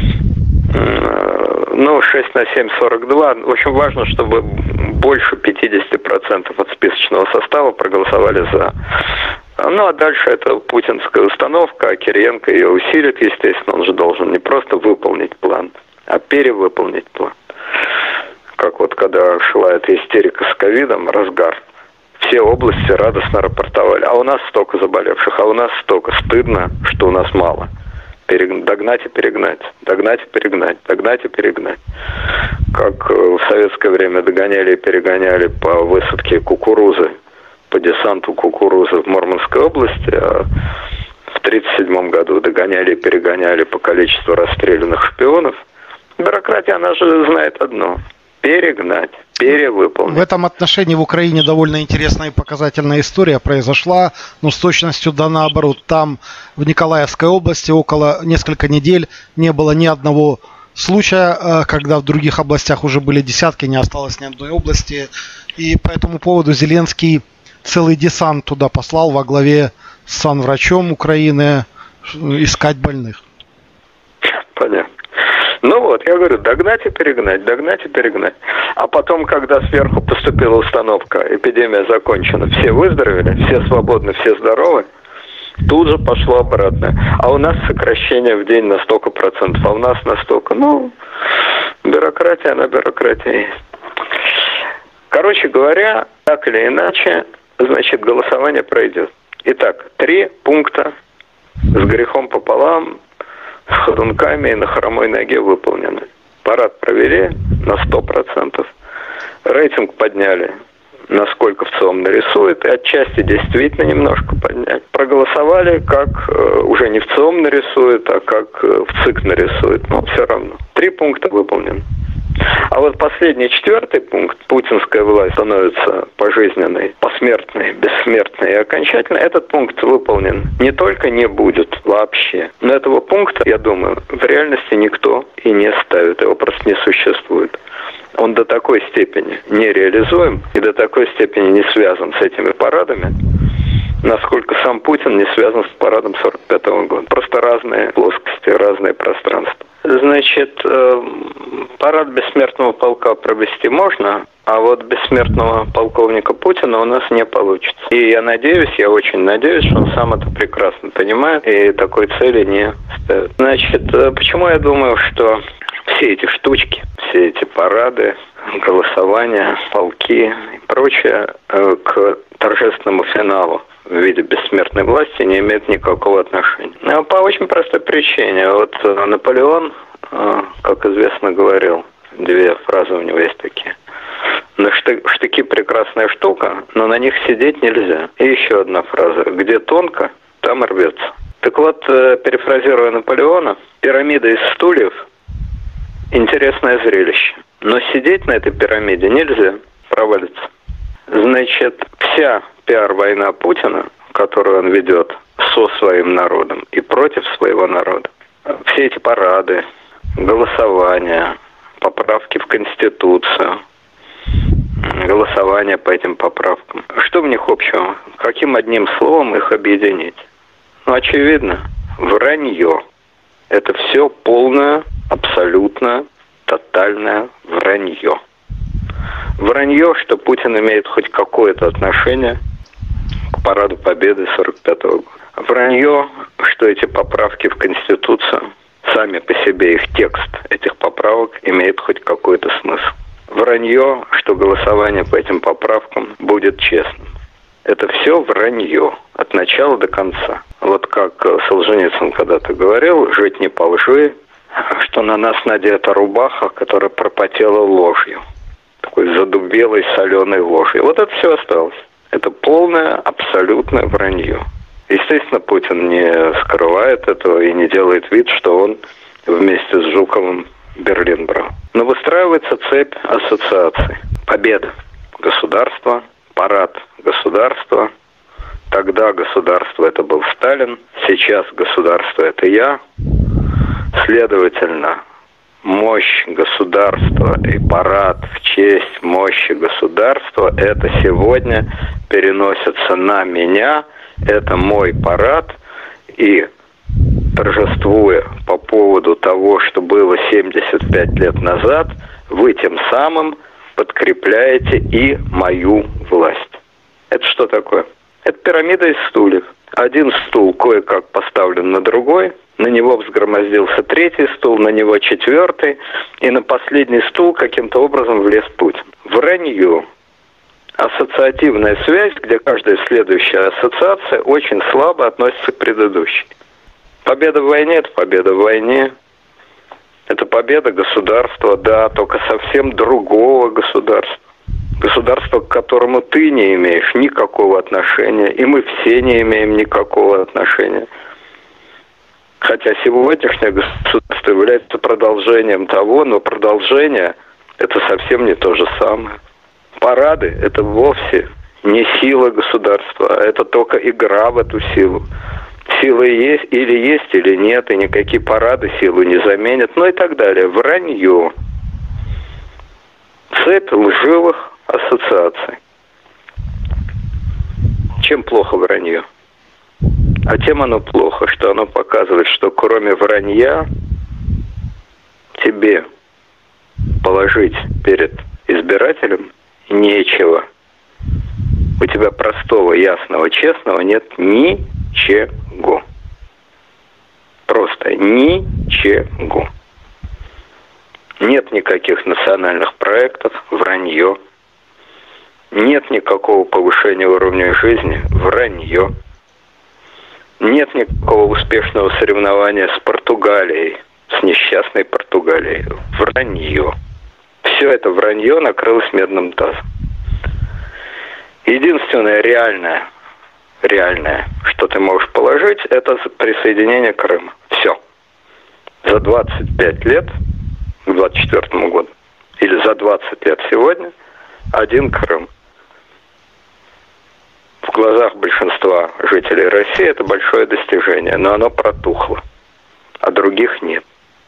6 на 7, 42. В общем, важно, чтобы больше 50% от списочного состава проголосовали за. Ну, а дальше это путинская установка, а Кириенко ее усилит, естественно. Он же должен не просто выполнить план, а перевыполнить план. Как вот когда шла эта истерика с ковидом, разгар. Все области радостно рапортовали. А у нас столько заболевших, а у нас столько. Стыдно, что у нас мало. Догнать и перегнать. Догнать и перегнать. Догнать и перегнать. Как в советское время догоняли и перегоняли по высадке кукурузы, по десанту кукурузы в Мурманской области, а в 1937 году догоняли и перегоняли по количеству расстрелянных шпионов. Бюрократия, она же знает одно. Перегнать, перевыполнить. В этом отношении в Украине довольно интересная и показательная история произошла, но с точностью да наоборот. Там в Николаевской области около несколько недель не было ни одного случая, когда в других областях уже были десятки, не осталось ни одной области. И по этому поводу Зеленский целый десант туда послал во главе с санврачом Украины искать больных. Понятно. Ну вот, я говорю, догнать и перегнать, догнать и перегнать. А потом, когда сверху поступила установка, эпидемия закончена, все выздоровели, все свободны, все здоровы, тут же пошло обратно. А у нас сокращение в день на столько процентов, а у нас на столько. Ну, бюрократия, она бюрократия есть. Короче говоря, так или иначе, значит, голосование пройдет. Итак, 3 пункта с грехом пополам, с ходунками и на хромой ноге выполнены. Парад провели на 100%. Рейтинг подняли, насколько в ЦИОМ нарисует, и отчасти действительно немножко подняли. Проголосовали, как уже не в ЦИОМ нарисует, а как в ЦИК нарисует. Но все равно. 3 пункта выполнены. А вот последний 4 пункт, путинская власть становится пожизненной, посмертной, бессмертной и окончательно, этот пункт выполнен не только не будет вообще, но этого пункта, я думаю, в реальности никто и не ставит, его просто не существует. Он до такой степени нереализуем и до такой степени не связан с этими парадами, насколько сам Путин не связан с парадом 1945 года. Просто разные плоскости, разные пространства. Значит, парад бессмертного полка провести можно, а вот бессмертного полковника Путина у нас не получится. И я надеюсь, я очень надеюсь, что он сам это прекрасно понимает и такой цели не ставит. Значит, почему я думаю, что все эти штучки, все эти парады, голосования, полки и прочее к торжественному финалу в виде бессмертной власти не имеет никакого отношения. По очень простой причине. Вот Наполеон, как известно, говорил, 2 фразы у него есть такие. На штыки прекрасная штука, но на них сидеть нельзя. И еще одна фраза. Где тонко, там рвется. Так вот, перефразируя Наполеона, пирамида из стульев – интересное зрелище. Но сидеть на этой пирамиде нельзя, провалится. Значит, вся пиар-война Путина, которую он ведет со своим народом и против своего народа, все эти парады, голосования, поправки в Конституцию, голосование по этим поправкам. Что в них общего? Каким одним словом их объединить? Ну, очевидно, вранье. Это все полное, абсолютно, тотальное вранье. Вранье, что Путин имеет хоть какое-то отношение к параду Победы 1945 года. Вранье, что эти поправки в Конституцию, сами по себе их текст этих поправок имеет хоть какой-то смысл. Вранье, что голосование по этим поправкам будет честным. Это все вранье от начала до конца. Вот как Солженицын когда-то говорил, жить не по лжи, что на нас надета рубаха, которая пропотела ложью. Такой задубелой соленой ложью. Вот это все осталось. Это полное, абсолютное вранье. Естественно, Путин не скрывает этого и не делает вид, что он вместе с Жуковым Берлин брал. Но выстраивается цепь ассоциаций. Победа. Государство. Парад. Государство. Тогда государство это был Сталин. Сейчас государство это я. Следовательно, мощь государства и парад в честь мощи государства, это сегодня переносится на меня, это мой парад, и торжествуя по поводу того, что было 75 лет назад, вы тем самым подкрепляете и мою власть. Это что такое? Это пирамида из стульев. Один стул кое-как поставлен на другой, на него взгромоздился 3-й стул, на него 4-й, и на последний стул каким-то образом влез Путин. Вранье. Ассоциативная связь, где каждая следующая ассоциация очень слабо относится к предыдущей. Победа в войне – это победа в войне. Это победа государства, да, только совсем другого государства. Государство, к которому ты не имеешь никакого отношения, и мы все не имеем никакого отношения. Хотя сегодняшнее государство является продолжением того, но продолжение – это совсем не то же самое. Парады – это вовсе не сила государства, а это только игра в эту силу. Сила есть, или нет, и никакие парады силу не заменят, ну и так далее. Вранье. Цепь лживых ассоциаций. Чем плохо вранье? А тем оно плохо, что оно показывает, что кроме вранья тебе положить перед избирателем нечего. У тебя простого, ясного, честного нет ничего. Просто ничего. Нет никаких национальных проектов, вранье. Нет никакого повышения уровня жизни. Вранье. Нет никакого успешного соревнования с Португалией, с несчастной Португалией. Вранье. Все это вранье накрылось медным тазом. Единственное реальное, что ты можешь положить, это присоединение Крыма. Все. За 25 лет, к 24 году, или за 20 лет сегодня, один Крым. В глазах большинства жителей России это большое достижение, но оно протухло. А других нет.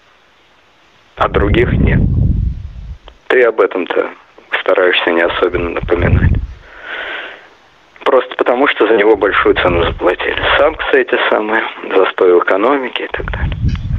Ты об этом-то стараешься не особенно напоминать. Просто потому, что за него большую цену заплатили. Санкции эти самые, застой в экономике и так далее.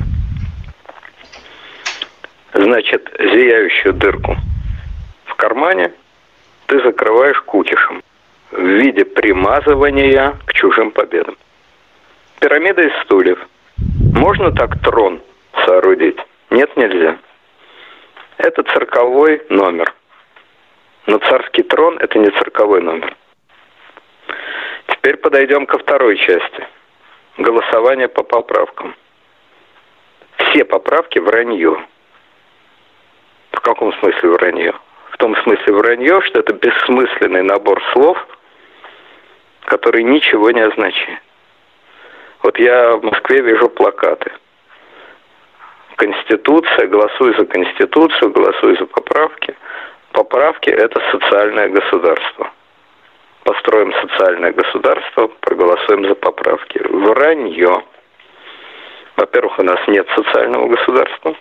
Значит, зияющую дырку в кармане ты закрываешь кукишем в виде примазывания к чужим победам. Пирамида из стульев. Можно так трон соорудить? Нет, нельзя. Это цирковой номер. Но царский трон – это не цирковой номер. Теперь подойдем ко второй части. Голосование по поправкам. Все поправки вранье. В каком смысле вранье? В том смысле вранье, что это бессмысленный набор слов, который ничего не означает. Вот я в Москве вижу плакаты. Конституция, голосуй за Конституцию, голосуй за поправки. Поправки – это социальное государство. Построим социальное государство, проголосуем за поправки. Вранье. Во-первых, у нас нет социального государства.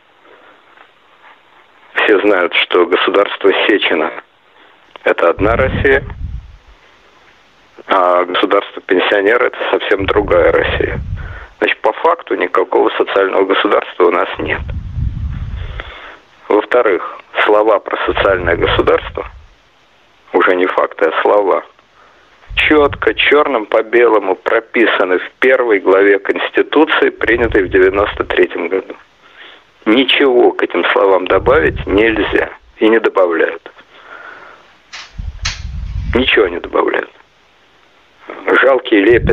Все знают, что государство Сечина – это одна Россия, а государство пенсионера – это совсем другая Россия. Значит, по факту никакого социального государства у нас нет. Во-вторых, слова про социальное государство, уже не факты, а слова, четко, черным по белому прописаны в первой главе Конституции, принятой в 1993 году. Ничего к этим словам добавить нельзя. И не добавляют. Ничего не добавляют. Жалкий лепет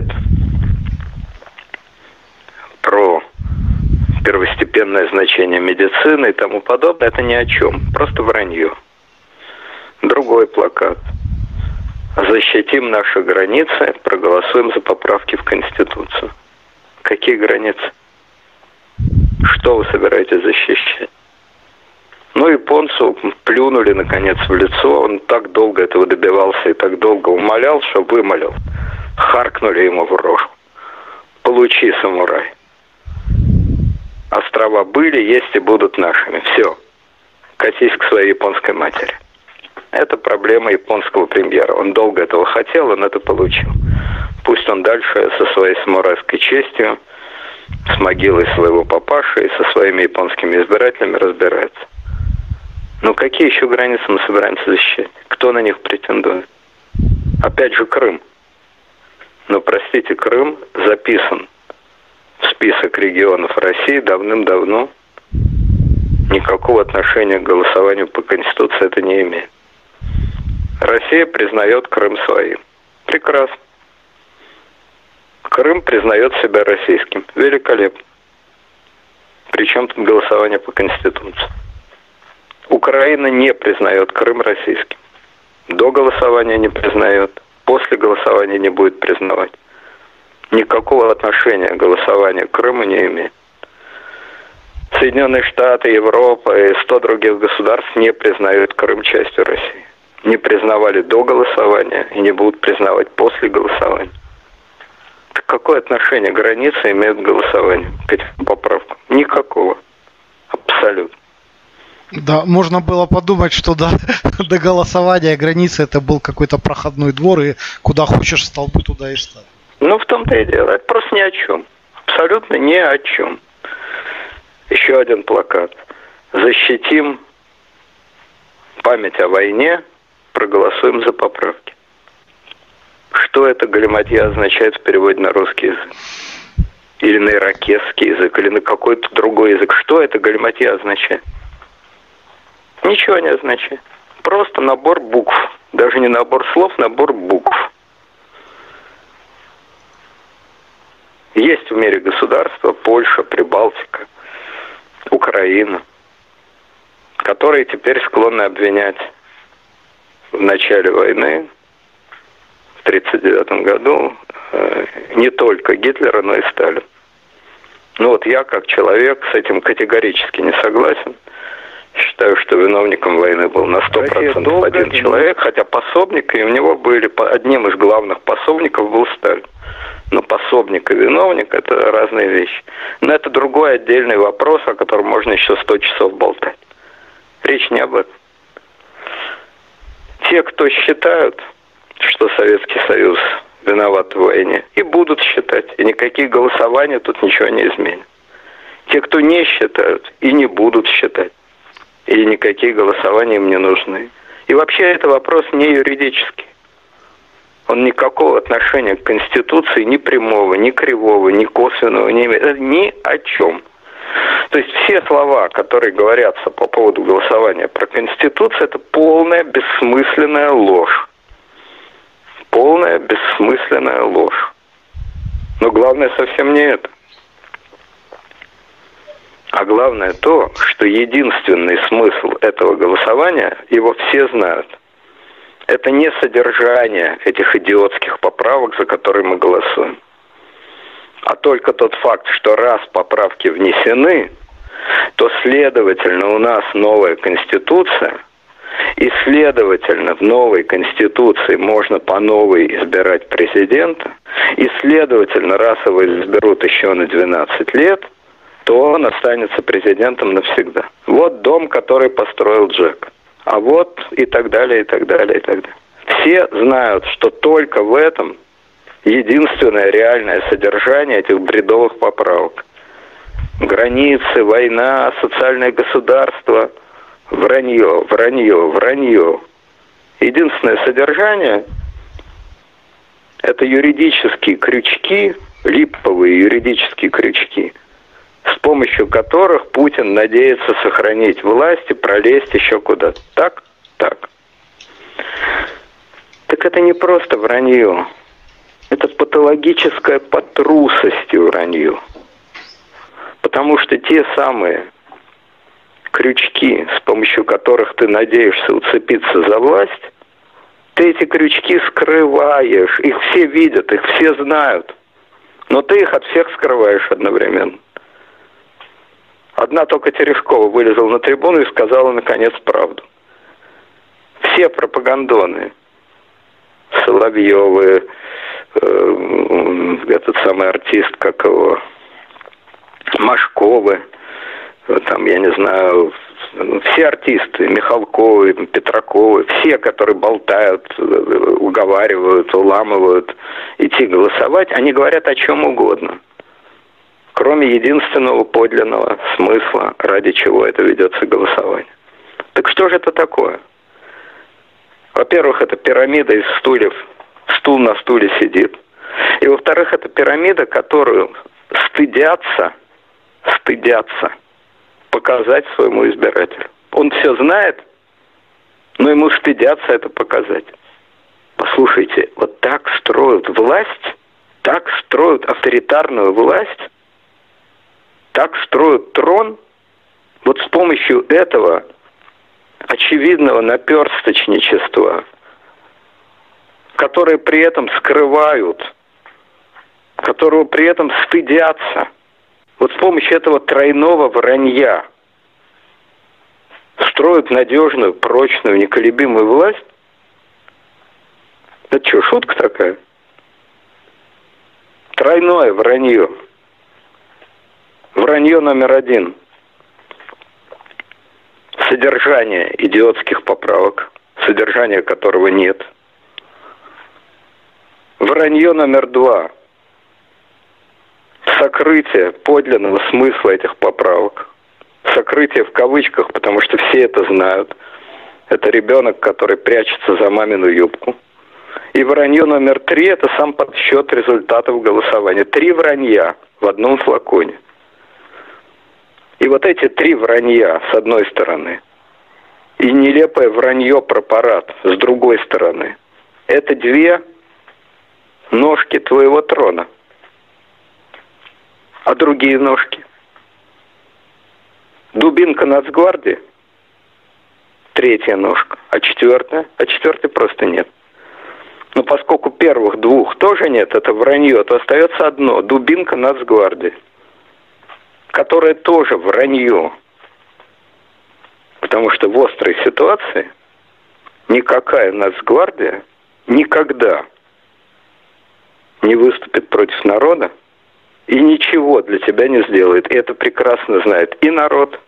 про первостепенное значение медицины и тому подобное, это ни о чем. Просто вранье. Другой плакат. Защитим наши границы, проголосуем за поправки в Конституцию. Какие границы? Что вы собираетесь защищать? Ну, японцу плюнули, наконец, в лицо. Он так долго этого добивался и так долго умолял, что вымолил. Харкнули ему в рожу. Получи, самурай. Острова были, есть и будут нашими. Все. Катись к своей японской матери. Это проблема японского премьера. Он долго этого хотел, он это получил. Пусть он дальше со своей самурайской честью, с могилой своего папаши и со своими японскими избирателями разбирается. Но какие еще границы мы собираемся защищать? Кто на них претендует? Опять же Крым. Но, простите, Крым записан в список регионов России давным-давно. Никакого отношения к голосованию по Конституции это не имеет. Россия признает Крым своим. Прекрасно. Крым признает себя российским. Великолепно. Причем тут голосование по Конституции. Украина не признает Крым российским. До голосования не признает. После голосования не будет признавать. Никакого отношения голосование к Крыму не имеет. Соединенные Штаты, Европа и 100 других государств не признают Крым частью России. Не признавали до голосования и не будут признавать после голосования. Так какое отношение границы имеют к голосованию, к этим поправкам? Никакого. Абсолютно. Да, можно было подумать, что до голосования границы это был какой-то проходной двор, и куда хочешь столбы, туда и ставь. Ну, в том-то и дело. Это просто ни о чем. Абсолютно ни о чем. Еще один плакат. Защитим память о войне, проголосуем за поправки. Что это галиматья означает в переводе на русский язык? Или на иракесский язык, или на какой-то другой язык? Что это галиматья означает? Ничего не означает. Просто набор букв. Даже не набор слов, набор букв. Есть в мире государства, Польша, Прибалтика, Украина, которые теперь склонны обвинять в начале войны, в 1939 году, не только Гитлера, но и Сталина. Ну вот я, как человек, с этим категорически не согласен. Считаю, что виновником войны был на 100% один человек, хотя пособник, и у него были, одним из главных пособников был Сталин. Но пособник и виновник – это разные вещи. Но это другой отдельный вопрос, о котором можно еще 100 часов болтать. Речь не об этом. Те, кто считают, что Советский Союз виноват в войне, и будут считать, и никакие голосования тут ничего не изменят. Те, кто не считают, и не будут считать, и никакие голосования им не нужны. И вообще это вопрос не юридический. Он никакого отношения к Конституции ни прямого, ни кривого, ни косвенного не имеет. Это ни о чем. То есть все слова, которые говорятся по поводу голосования про Конституцию, это полная бессмысленная ложь. Полная бессмысленная ложь. Но главное совсем не это. А главное то, что единственный смысл этого голосования, его все знают. Это не содержание этих идиотских поправок, за которые мы голосуем. А только тот факт, что раз поправки внесены, то, следовательно, у нас новая Конституция, и, следовательно, в новой Конституции можно по новой избирать президента, и, следовательно, раз его изберут еще на 12 лет, то он останется президентом навсегда. Вот дом, который построил Джек. А вот и так далее, и так далее, и так далее. Все знают, что только в этом единственное реальное содержание этих бредовых поправок. Границы, война, социальное государство, вранье, вранье, вранье. Единственное содержание – это юридические крючки, липовые юридические крючки, с помощью которых Путин надеется сохранить власть и пролезть еще куда-то. Так? Так. Так это не просто вранье. Это патологическое по трусости вранье. Потому что те самые крючки, с помощью которых ты надеешься уцепиться за власть, ты эти крючки скрываешь. Их все видят, их все знают. Но ты их от всех скрываешь одновременно. Одна только Терешкова вылезла на трибуну и сказала, наконец, правду. Все пропагандоны, Соловьевы, этот самый артист, как его, Машковы, там, я не знаю, все артисты, Михалковы, Петраковы, все, которые болтают, уговаривают, уламывают идти голосовать, они говорят о чем угодно. Кроме единственного подлинного смысла, ради чего это ведется голосование. Так что же это такое? Во-первых, это пирамида из стульев, стул на стуле сидит. И во-вторых, это пирамида, которую стыдятся показать своему избирателю. Он все знает, но ему стыдятся это показать. Послушайте, вот так строят власть, так строят авторитарную власть, так строят трон, вот с помощью этого очевидного наперсточничества, которые при этом скрывают, которого при этом стыдятся. Вот с помощью этого тройного вранья строят надежную, прочную, неколебимую власть. Это что, шутка такая? Тройное вранье. Вранье номер один. Содержание идиотских поправок, содержания которого нет. Вранье номер два. Сокрытие подлинного смысла этих поправок. Сокрытие в кавычках, потому что все это знают. Это ребенок, который прячется за мамину юбку. И вранье номер три – это сам подсчет результатов голосования. 3 вранья в одном флаконе. И вот эти 3 вранья, с одной стороны, и нелепое вранье про парад с другой стороны. Это две ножки твоего трона. А другие ножки? Дубинка Нацгвардии, третья ножка, а четвертая? А четвертой просто нет. Но поскольку первых двух тоже нет, это вранье, то остается одно, дубинка Нацгвардии, которая тоже вранье. Потому что в острой ситуации никакая Нацгвардия никогда не выступит против народа и ничего для тебя не сделает. И это прекрасно знает и народ,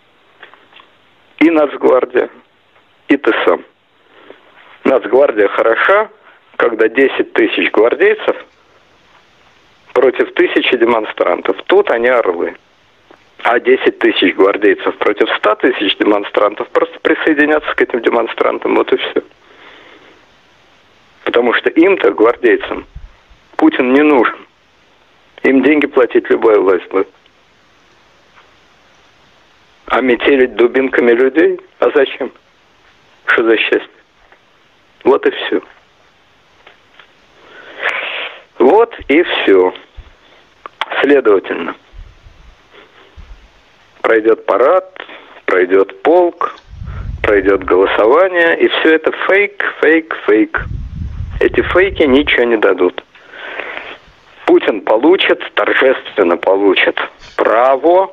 и Нацгвардия, и ты сам. Нацгвардия хороша, когда 10 тысяч гвардейцев против 1000 демонстрантов. Тут они орлы. А 10 тысяч гвардейцев против 100 тысяч демонстрантов просто присоединятся к этим демонстрантам. Вот и все. Потому что им-то, гвардейцам, Путин не нужен. Им деньги платить любая власть будет. А метелить дубинками людей? А зачем? Что за счастье? Вот и все. Вот и все. Следовательно, пройдет парад, пройдет полк, пройдет голосование, и все это фейк, фейк, фейк. Эти фейки ничего не дадут. Путин получит, торжественно получит право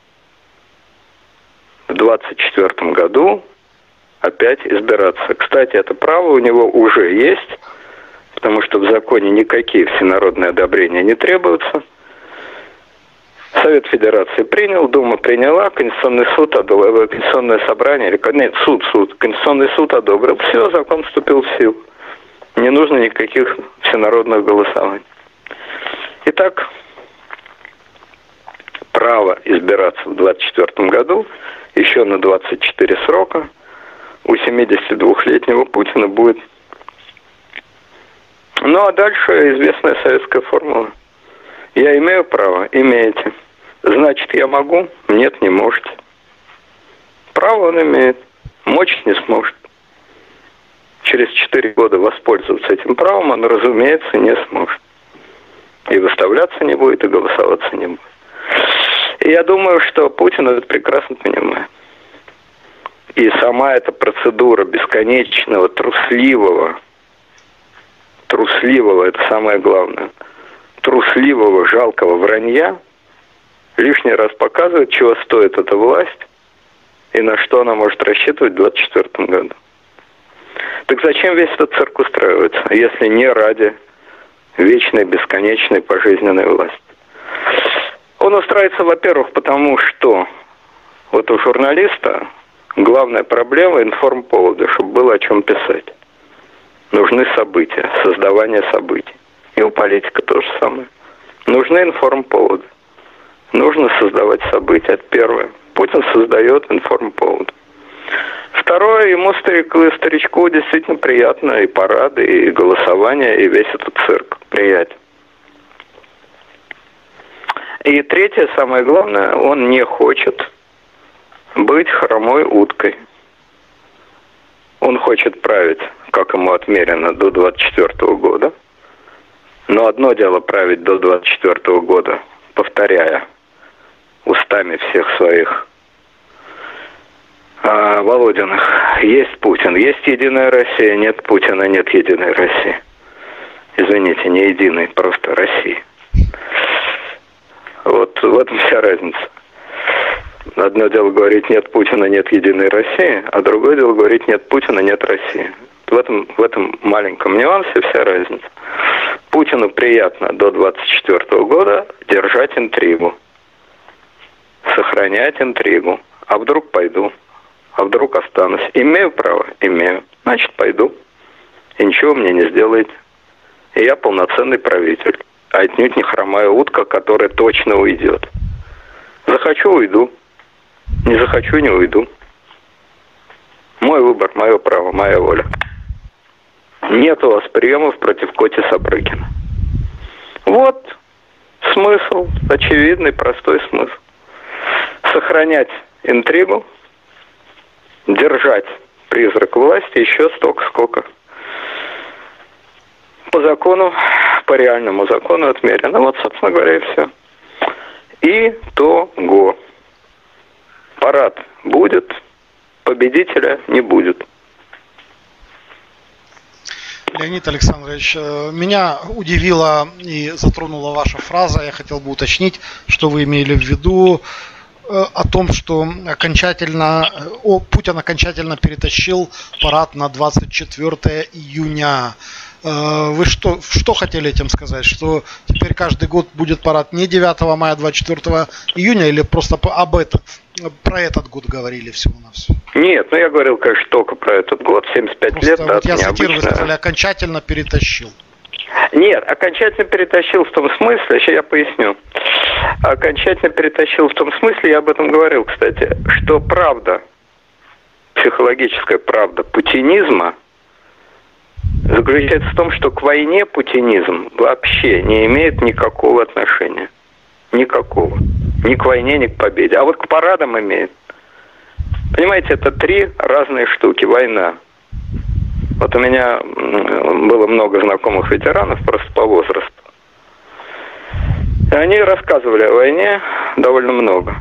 в 2024 году опять избираться. Кстати, это право у него уже есть, потому что в законе никакие всенародные одобрения не требуются. Совет Федерации принял, Дума приняла, Конституционный суд одобрил, Конституционное собрание, нет, суд, Конституционный суд одобрил. Все, закон вступил в силу. Не нужно никаких всенародных голосований. Итак, право избираться в 2024 году еще на 24 срока у 72-летнего Путина будет. Ну а дальше известная советская формула. Я имею право, имеете. Значит, я могу? Нет, не можете. Право он имеет, мочь не сможет. Через 4 года воспользоваться этим правом он, разумеется, не сможет. И выставляться не будет, и голосоваться не будет. И я думаю, что Путин это прекрасно понимает. И сама эта процедура бесконечного, трусливого, это самое главное, трусливого, жалкого вранья лишний раз показывает, чего стоит эта власть и на что она может рассчитывать в 2024 году. Так зачем весь этот цирк устраивается, если не ради вечной, бесконечной, пожизненной власти? Он устраивается, во-первых, потому что вот у журналиста главная проблема информповода, чтобы было о чем писать. Нужны события, создавание событий. И у политика то же самое. Нужны информповоды. Нужно создавать события. Это первое. Путин создает информповод. Второе, ему, старичку, действительно приятно и парады, и голосование, и весь этот цирк. Приятен. И третье, самое главное, он не хочет быть хромой уткой. Он хочет править, как ему отмерено, до 2024 года. Но одно дело править до 2024 года, повторяя устами всех своих Володиных. Есть Путин, есть Единая Россия, нет Путина, нет Единой России. Извините, не единой, просто России. Вот в этом вся разница. Одно дело говорить нет Путина, нет Единой России, а другое дело говорить нет Путина, нет России. В этом маленьком нюансе вся разница. Путину приятно до 2024 года держать интригу. Сохранять интригу. А вдруг пойду? А вдруг останусь? Имею право? Имею. Значит, пойду. И ничего мне не сделаете. И я полноценный правитель. А отнюдь не хромая утка, которая точно уйдет. Захочу — уйду. Не захочу — не уйду. Мой выбор, мое право, моя воля. Нет у вас приемов против Коти Сапрыкина. Вот смысл, очевидный, простой смысл. Сохранять интригу, держать призрак власти еще столько, сколько по закону, по реальному закону отмерено. Вот, собственно говоря, и все. Итого. Парад будет, победителя не будет. Леонид Александрович, меня удивила и затронула ваша фраза. Я хотел бы уточнить, что вы имели в виду о том, что Путин окончательно перетащил парад на 24 июня. Вы что хотели этим сказать? Что теперь каждый год будет парад не 9 мая, 24 июня, или просто про этот год говорили всего-навсего? Нет, я говорил, конечно, только про этот год, 75 просто лет. Вот я цитирую, вы необычно. сказали, окончательно перетащил. Нет, окончательно перетащил в том смысле, сейчас я поясню. Окончательно перетащил в том смысле, я об этом говорил, кстати, что правда, психологическая правда путинизма заключается в том, что к войне путинизм вообще не имеет никакого отношения. Никакого. Ни к войне, ни к победе. А вот к парадам имеет. Понимаете, это три разные штуки. Война. Вот у меня было много знакомых ветеранов просто по возрасту. И они рассказывали о войне довольно много.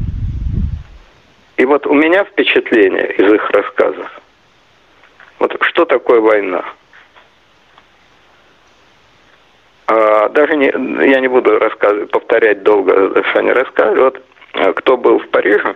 И вот у меня впечатление из их рассказов. Вот что такое война? Я не буду повторять долго, что они рассказывали. Вот кто был в Париже,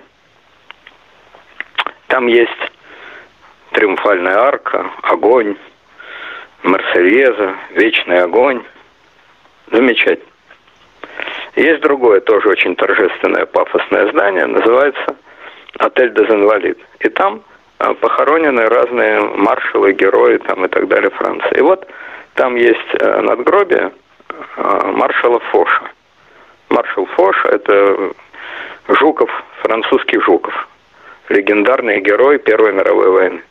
там есть Триумфальная арка, огонь, Марсельеза, вечный огонь. Замечательно. Есть другое, тоже очень торжественное, пафосное здание, называется Отель des Invalides. И там похоронены разные маршалы, герои там, и так далее Франции. И вот там есть надгробие маршала Фоша. Маршал Фош – это Жуков, французский Жуков, легендарный герой Первой мировой войны.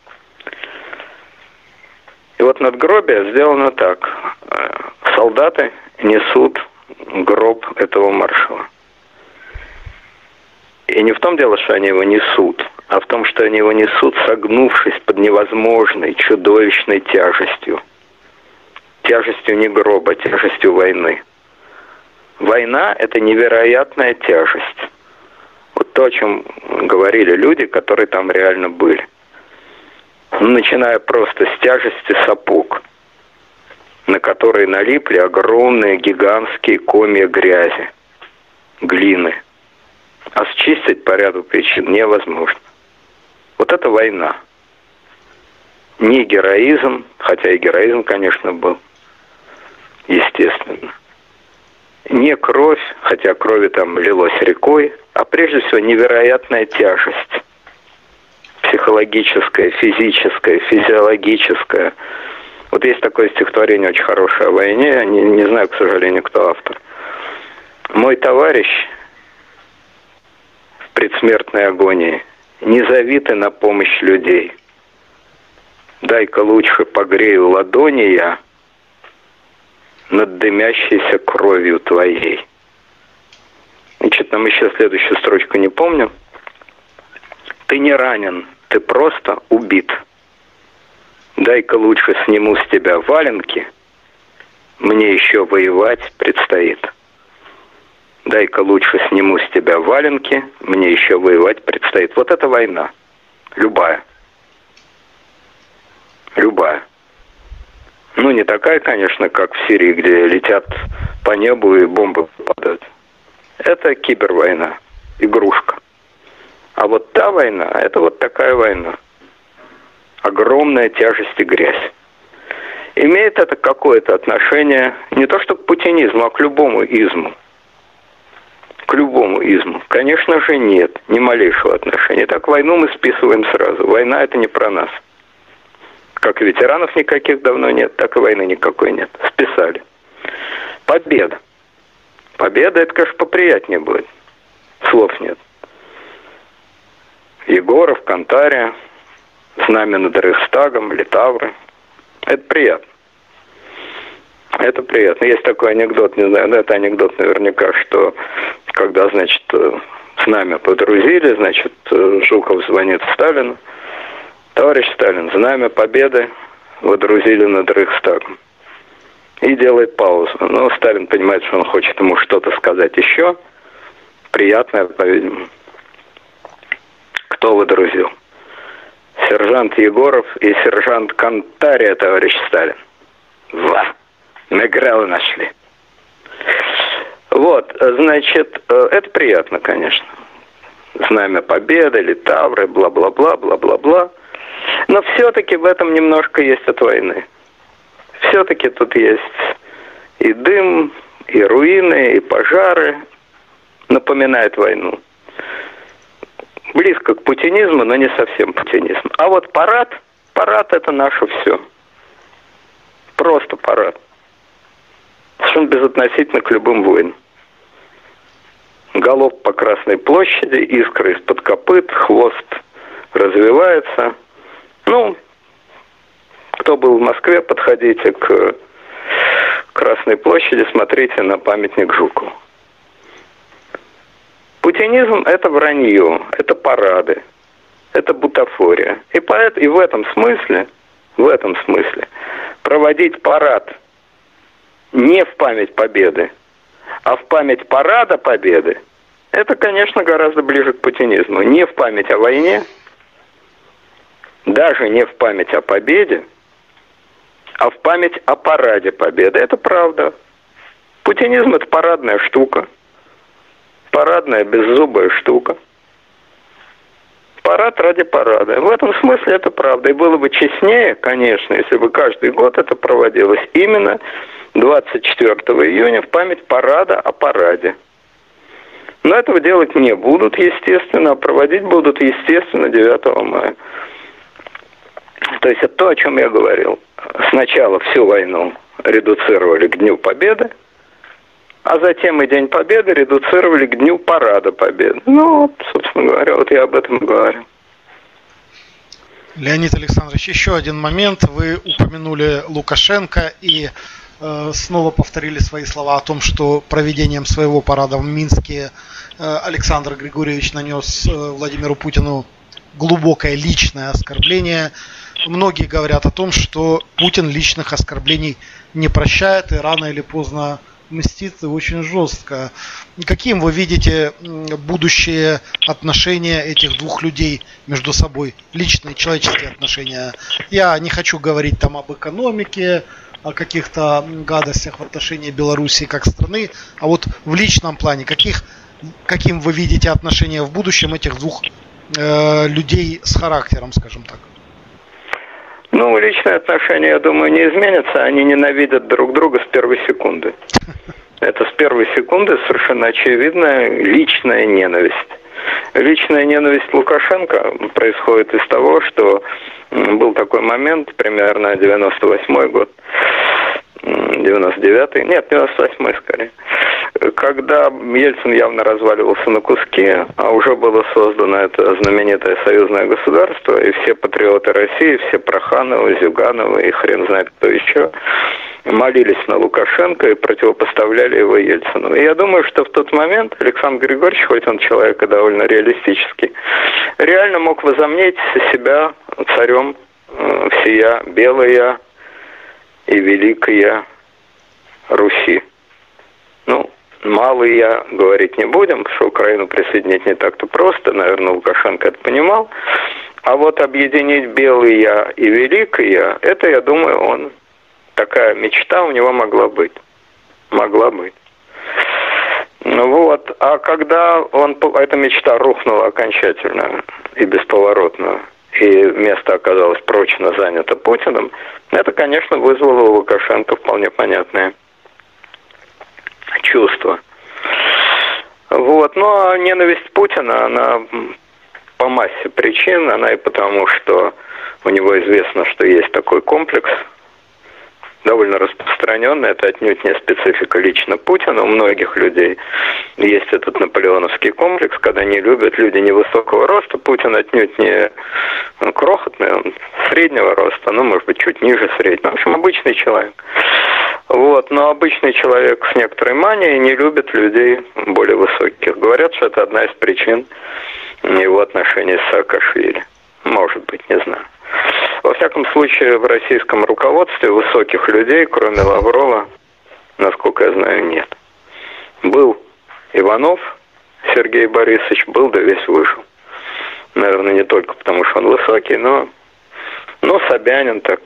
И вот надгробие сделано так. Солдаты несут гроб этого маршала. И не в том дело, что они его несут, а в том, что они его несут, согнувшись под невозможной, чудовищной тяжестью. Тяжестью не гроба, тяжестью войны. Война – это невероятная тяжесть. Вот то, о чем говорили люди, которые там реально были. Начиная просто с тяжести сапог, на которые налипли огромные гигантские комья грязи, глины. А счистить по ряду причин невозможно. Вот это война. Не героизм, хотя и героизм, конечно, был, естественно. Не кровь, хотя крови там лилось рекой, а прежде всего невероятная тяжесть. Психологическая, физическая, физиологическая. Вот есть такое стихотворение очень хорошее о войне, не знаю, к сожалению, кто автор. Мой товарищ в предсмертной агонии не зови ты на помощь людей. Дай-ка лучше погрею ладони я над дымящейся кровью твоей. Значит, нам еще следующую строчку не помню. Ты не ранен, ты просто убит. Дай-ка лучше сниму с тебя валенки, мне еще воевать предстоит. Дай-ка лучше сниму с тебя валенки, мне еще воевать предстоит. Вот это война. Любая. Любая. Ну, не такая, конечно, как в Сирии, где летят по небу и бомбы попадают. Это кибервойна, игрушка. А вот та война, это вот такая война. Огромная тяжесть и грязь. Имеет это какое-то отношение не то что к путинизму, а к любому изму. К любому изму. Конечно же нет, ни малейшего отношения. Так войну мы списываем сразу. Война это не про нас. Как и ветеранов никаких давно нет, так и войны никакой нет. Списали. Победа. Победа это, конечно, поприятнее будет. Слов нет. Егоров, Кантария, знамя над Рейхстагом, литавры. Это приятно. Это приятно. Есть такой анекдот, не знаю, это анекдот наверняка, что когда, значит, знамя подрузили, значит, Жуков звонит Сталину Товарищ Сталин, знамя победы водрузили над Рейхстагом. И делает паузу. Но Сталин понимает, что он хочет ему что-то сказать еще. Приятное, по-видимому. Кто водрузил? Сержант Егоров и сержант Кантария, товарищ Сталин. Мегрелы нашли. Вот, значит, это приятно, конечно. Знамя победы, литавры, бла-бла-бла, бла-бла-бла. Но все-таки в этом немножко есть от войны. Все-таки тут есть и дым, и руины, и пожары. Напоминает войну. Близко к путинизму, но не совсем путинизм. А вот парад это наше все. Просто парад. Совершенно безотносительно к любым войнам. Галоп по Красной площади, искры из-под копыт, хвост развивается. Ну, кто был в Москве, подходите к Красной площади, смотрите на памятник Жукову. Путинизм – это вранье, это парады, это бутафория. И в этом смысле проводить парад не в память победы, а в память парада победы, это, конечно, гораздо ближе к путинизму. Не в память о войне, даже не в память о победе, а в память о параде победы. Это правда. Путинизм – это парадная штука. Парадная беззубая штука. Парад ради парада. В этом смысле это правда. И было бы честнее, конечно, если бы каждый год это проводилось именно 24 июня в память парада о параде. Но этого делать не будут, естественно, а проводить будут, естественно, 9 мая. То есть это то, о чем я говорил. Сначала всю войну редуцировали к Дню Победы, а затем и День Победы редуцировали к Дню Парада Победы. Ну, вот, собственно говоря, вот я об этом говорю. Леонид Александрович, еще один момент. Вы упомянули Лукашенко и снова повторили свои слова о том, что проведением своего парада в Минске Александр Григорьевич нанес Владимиру Путину глубокое личное оскорбление. Многие говорят о том, что Путин личных оскорблений не прощает и рано или поздно мстит и очень жестко. Каким вы видите будущее отношения этих двух людей между собой? Личные человеческие отношения. Я не хочу говорить там об экономике, о каких-то гадостях в отношении Белоруссии как страны, а вот в личном плане, каким вы видите отношения в будущем этих двух людей с характером, скажем так? Ну, личные отношения, я думаю, не изменятся. Они ненавидят друг друга с первой секунды. Это с первой секунды совершенно очевидная личная ненависть. Личная ненависть Лукашенко происходит из того, что был такой момент, примерно 98-й год, 99-й, нет, 98-й скорее, когда Ельцин явно разваливался на куски, а уже было создано это знаменитое союзное государство, и все патриоты России, все Прохановы, Зюгановы и хрен знает кто еще, молились на Лукашенко и противопоставляли его Ельцину. И я думаю, что в тот момент Александр Григорьевич, хоть он человек и довольно реалистический, реально мог возомнить себя царем всея белая и великая Руси. Ну, малый я говорить не будем, потому что Украину присоединить не так-то просто, наверное, Лукашенко это понимал. А вот объединить белая и великая, это, я думаю, такая мечта у него могла быть. Могла быть. Вот. А когда эта мечта рухнула окончательно и бесповоротно, и место оказалось прочно занято Путиным, это, конечно, вызвало у Лукашенко вполне понятное чувство. Вот. Но ненависть Путина, она по массе причин, она и потому, что у него известно, что есть такой комплекс, довольно распространенный, это отнюдь не специфика лично Путина, у многих людей есть этот наполеоновский комплекс, когда не любят люди невысокого роста. Путин отнюдь не крохотный, он среднего роста, может быть, чуть ниже среднего. В общем, обычный человек. Вот. Но обычный человек с некоторой манией не любит людей более высоких. Говорят, что это одна из причин его отношений с Саакашвили. Может быть, не знаю. Во всяком случае, в российском руководстве высоких людей, кроме Лаврова, насколько я знаю, нет. Был Иванов Сергей Борисович, был, да весь вышел. Наверное, не только потому, что он высокий, но Собянин так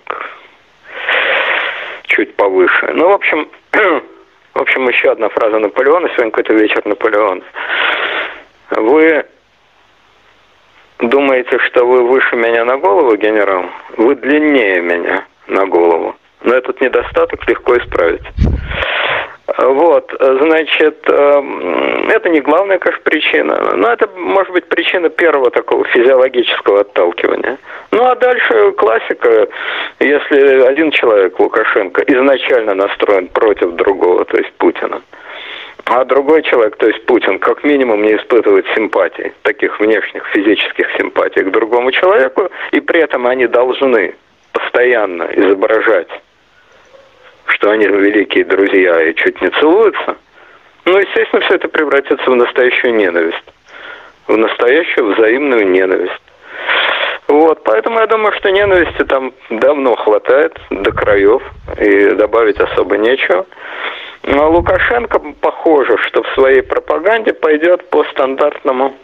чуть повыше. Ну, в общем, еще одна фраза Наполеона. Сегодня какой-то вечер Наполеона. Вы думаете, что вы выше меня на голову, генерал? Вы длиннее меня на голову. Но этот недостаток легко исправить. Вот, значит, это не главная, конечно, причина, но это может быть причина первого такого физиологического отталкивания. Ну, а дальше классика, если один человек, Лукашенко, изначально настроен против другого, то есть Путина, а другой человек, то есть Путин, как минимум не испытывает симпатий, таких внешних физических симпатий к другому человеку, и при этом они должны постоянно изображать, что они великие друзья и чуть не целуются, ну, естественно, все это превратится в настоящую ненависть. В настоящую взаимную ненависть. Вот, поэтому я думаю, что ненависти там давно хватает до краев, и добавить особо нечего. Но Лукашенко, похоже, что в своей пропаганде пойдет по стандартному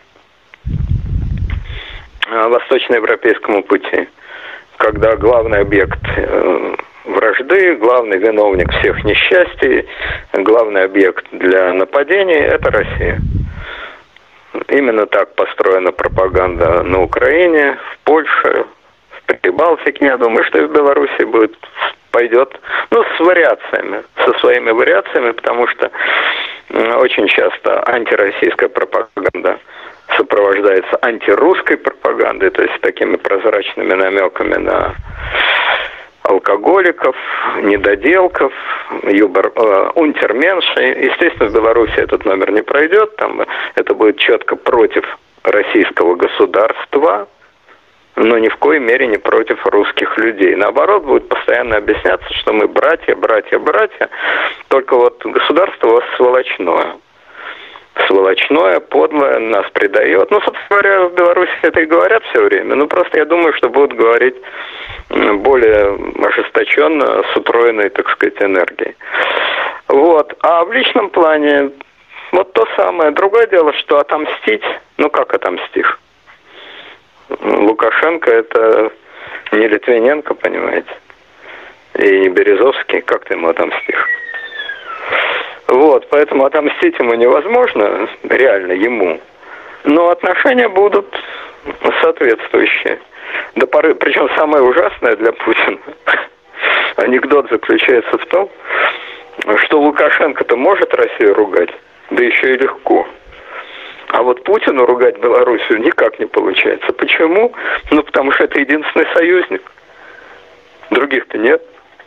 восточноевропейскому пути, когда главный объект вражды, главный виновник всех несчастий, главный объект для нападений – это Россия. Именно так построена пропаганда на Украине, в Польше, в Прибалтике. Я думаю, что и в Беларуси пойдет, ну, с вариациями, со своими вариациями, потому что очень часто антироссийская пропаганда сопровождается антирусской пропагандой, то есть такими прозрачными намеками на алкоголиков, недоделков, унтерменши. Естественно, в Беларуси этот номер не пройдет, там это будет четко против российского государства, но ни в коей мере не против русских людей. Наоборот, будет постоянно объясняться, что мы братья, только вот государство у вас сволочное. Сволочное, подлое, нас предает. Ну, собственно говоря, в Беларуси это и говорят все время. Ну, просто я думаю, что будут говорить более ожесточенно, с утроенной, так сказать, энергией. Вот. А в личном плане вот то самое. Другое дело, что отомстить, ну, как отомстишь? Лукашенко это не Литвиненко, понимаете? И не Березовский. Как ты ему отомстишь? Вот, поэтому отомстить ему невозможно, реально ему. Но отношения будут соответствующие. До поры, причем самое ужасное для Путина, анекдот заключается в том, что Лукашенко-то может Россию ругать, да еще и легко. А вот Путину ругать Белоруссию никак не получается. Почему? Ну, потому что это единственный союзник. Других-то нет.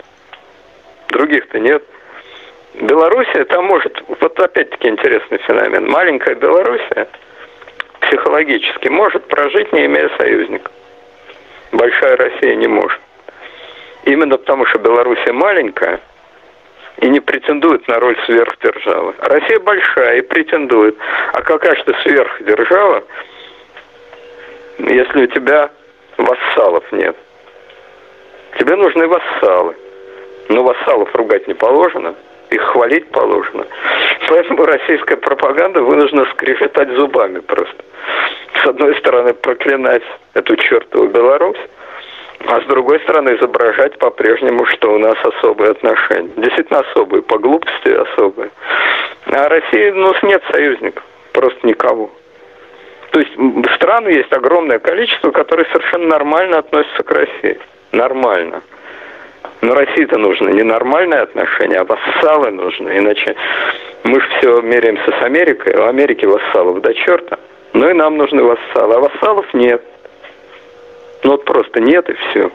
Белоруссия там может, вот опять-таки интересный феномен, маленькая Белоруссия психологически может прожить, не имея союзника. Большая Россия не может. Именно потому, что Белоруссия маленькая и не претендует на роль сверхдержавы. Россия большая и претендует. А какая же ты сверхдержава, если у тебя вассалов нет? Тебе нужны вассалы. Но вассалов ругать не положено. Их хвалить положено. Поэтому российская пропаганда вынуждена скрежетать зубами просто. С одной стороны, проклинать эту чертову Беларусь, а с другой стороны, изображать по-прежнему, что у нас особые отношения. Действительно особые, по глупости особые. А России, ну, нет союзников. Просто никого. То есть стран есть огромное количество, которые совершенно нормально относятся к России. Нормально. Но России-то нужно не нормальные отношения, а вассалы нужны. Иначе мы же все меряемся с Америкой. У Америки вассалов до черта. Ну и нам нужны вассалы. А вассалов нет. Ну вот просто нет и все.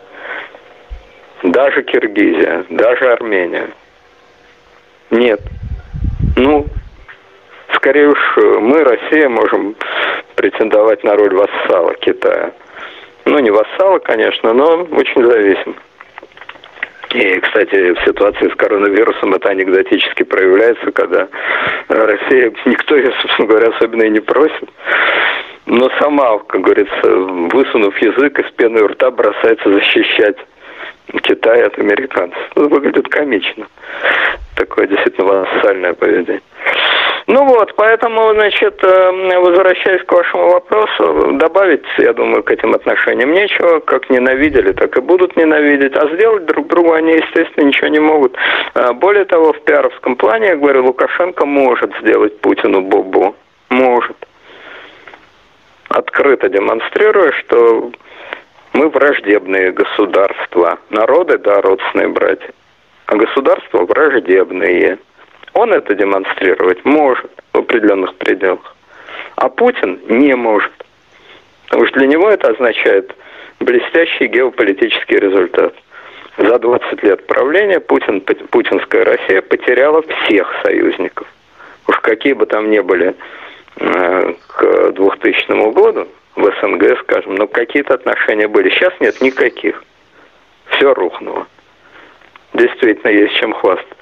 Даже Киргизия, даже Армения. Нет. Ну, скорее уж мы, Россия, можем претендовать на роль вассала Китая. Ну, не вассала, конечно, но очень зависим. И, кстати, в ситуации с коронавирусом это анекдотически проявляется, когда Россия, никто ее, собственно говоря, особенно и не просит. Но сама, как говорится, высунув язык, из пены у рта бросается защищать Китай от американцев. Ну, выглядит комично. Такое действительно вассальное поведение. Ну вот, поэтому, значит, возвращаясь к вашему вопросу, добавить, я думаю, к этим отношениям нечего. Как ненавидели, так и будут ненавидеть. А сделать друг другу они, естественно, ничего не могут. Более того, в пиаровском плане, я говорю, Лукашенко может сделать Путину бобо. Может. Открыто демонстрируя, что мы враждебные государства. Народы, да, родственные братья. А государства враждебные. Он это демонстрировать может в определенных пределах. А Путин не может. Потому что для него это означает блестящий геополитический результат. За 20 лет правления путинская Россия потеряла всех союзников. Уж какие бы там ни были к 2000 году в СНГ, скажем, но какие-то отношения были. Сейчас нет никаких. Все рухнуло. Действительно, есть чем хвастаться.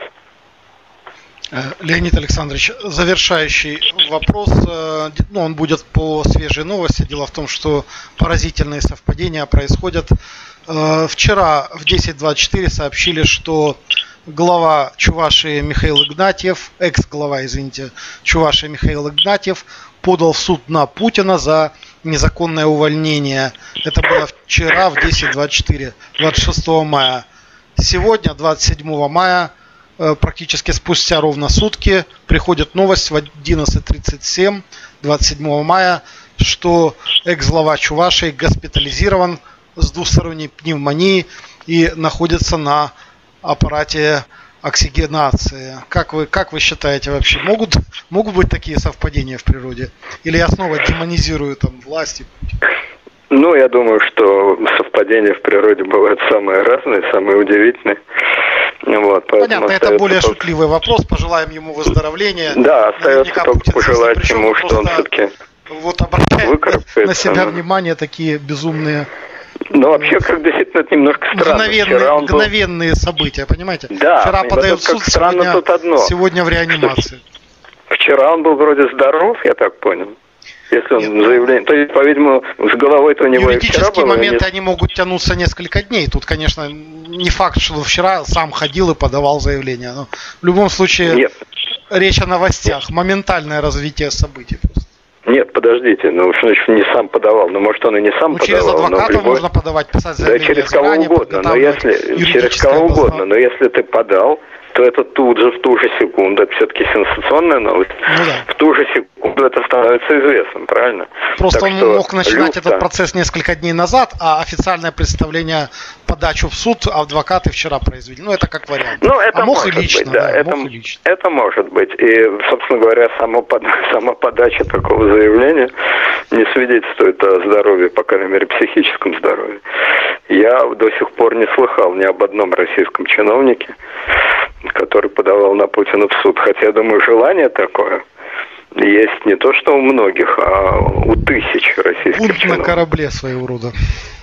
Леонид Александрович, завершающий вопрос, он будет по свежей новости. Дело в том, что поразительные совпадения происходят. Вчера в 10:24 сообщили, что глава Чувашии Михаил Игнатьев, экс-глава, Чувашии Михаил Игнатьев подал в суд на Путина за незаконное увольнение. Это было вчера в 10:24, 26 мая. Сегодня, 27 мая, практически спустя ровно сутки, приходит новость в 11:37, 27 мая, что экс-глава Чувашии госпитализирован с двусторонней пневмонией и находится на аппарате оксигенации. Как вы считаете вообще, могут быть такие совпадения в природе? Или я снова демонизирую там власти? Ну, я думаю, что совпадения в природе бывают самые разные, самые удивительные. Вот, понятно, это более шутливый вопрос. Пожелаем ему выздоровления. Да, остается только пожелать ему, что он все-таки обращает на себя внимание такие безумные. Ну, вообще, как действительно, это немножко странно. Мгновенные события, понимаете? Да, вчера подают в суд, сегодня в реанимации. Вчера он был вроде здоров, я так понял. Если он заявление, то, по-видимому, с головой-то у него и вчера было. Юридические моменты, они могут тянуться несколько дней. Тут, конечно, не факт, что вчера сам ходил и подавал заявление. Но в любом случае, речь о новостях, моментальное развитие событий просто. Нет, подождите, значит, не сам подавал, может он и не сам подавал. Через адвоката можно подавать, писать заявление. Да, через кого угодно, но если ты подал, то это тут же, в ту же секунду, это все-таки сенсационная новость, в ту же секунду это становится известным, правильно? Просто он мог начинать этот процесс несколько дней назад, а официальное представление, подачу в суд адвокаты вчера произвели. Это как вариант. Это мог и лично. Это может быть. И, собственно говоря, сама подача такого заявления не свидетельствует о здоровье, по крайней мере, психическом здоровье. Я до сих пор не слыхал ни об одном российском чиновнике, который подавал на Путина в суд. Хотя, я думаю, желание такое есть не то что у многих, а у тысяч российских чиновников. На корабле своего рода.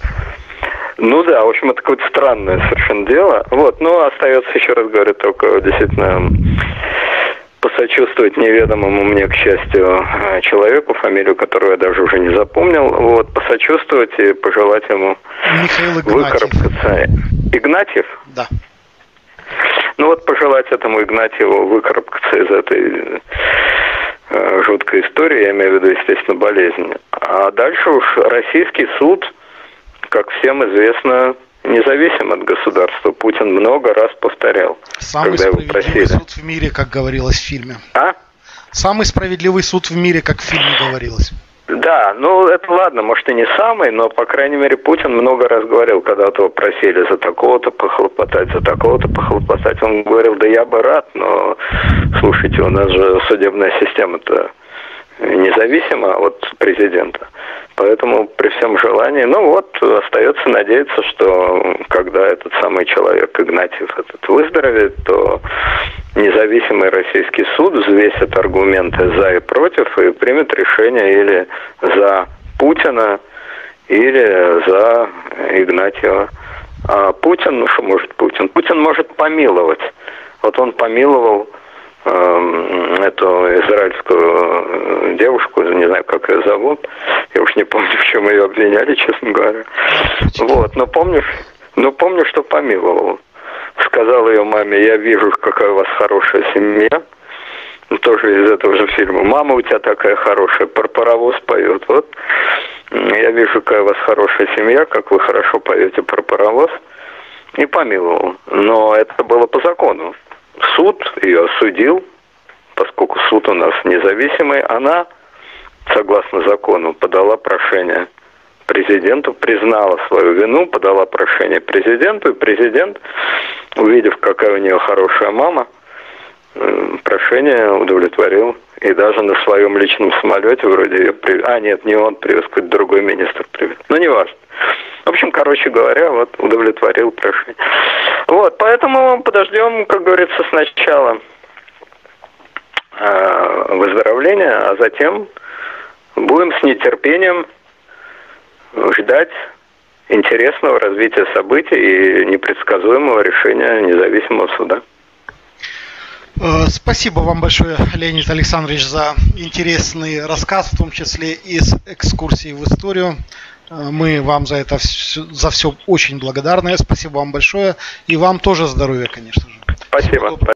Ну да, в общем, это какое-то странное совершенно дело. Остается, еще раз говорю, только действительно посочувствовать неведомому мне, к счастью, человеку, фамилию которого я даже уже не запомнил. Посочувствовать и пожелать ему выкарабкаться. Игнатьев? Да. Пожелать этому Игнатьеву выкарабкаться из этой жуткой истории, я имею в виду, естественно, болезни. А дальше уж российский суд, как всем известно, независим от государства. Путин много раз повторял, самый когда его просили. Суд в мире, как говорилось в фильме. Самый справедливый суд в мире, как в фильме говорилось. Да, это ладно, может и не самый, но, по крайней мере, Путин много раз говорил, когда его просили за такого-то похлопотать, за такого-то похлопотать. Он говорил, да я бы рад, но, слушайте, у нас же судебная система-то независима от президента. Поэтому при всем желании, остается надеяться, что когда этот самый человек, Игнатьев, выздоровеет, то независимый российский суд взвесит аргументы за и против и примет решение или за Путина, или за Игнатьева. А Путин, что может Путин? Путин может помиловать. Он помиловал эту израильскую девушку, не знаю, как ее зовут, я уж не помню, в чем ее обвиняли, честно говоря. Вот, но помню, что помиловал. Сказал ее маме: я вижу, какая у вас хорошая семья. Тоже из этого же фильма. Мама у тебя такая хорошая, про паровоз поет. Вот, я вижу, какая у вас хорошая семья, как вы хорошо поете про паровоз. И помиловал. Но это было по закону. Суд ее осудил, поскольку суд у нас независимый. Она, согласно закону, подала прошение президенту, признала свою вину, подала прошение президенту, и президент, увидев, какая у нее хорошая мама, прошение удовлетворил. И даже на своем личном самолете вроде ее привез. А, нет, не он привез, какой-то другой министр привез. Но не важно. В общем, короче говоря, вот удовлетворил прошение. Вот, поэтому подождем, как говорится, сначала выздоровления, а затем будем с нетерпением ждать интересного развития событий и непредсказуемого решения независимого суда. Спасибо вам большое, Леонид Александрович, за интересный рассказ, в том числе и с экскурсией в историю. Мы вам за это за все очень благодарны. Спасибо вам большое. И вам тоже здоровья, конечно же. Спасибо.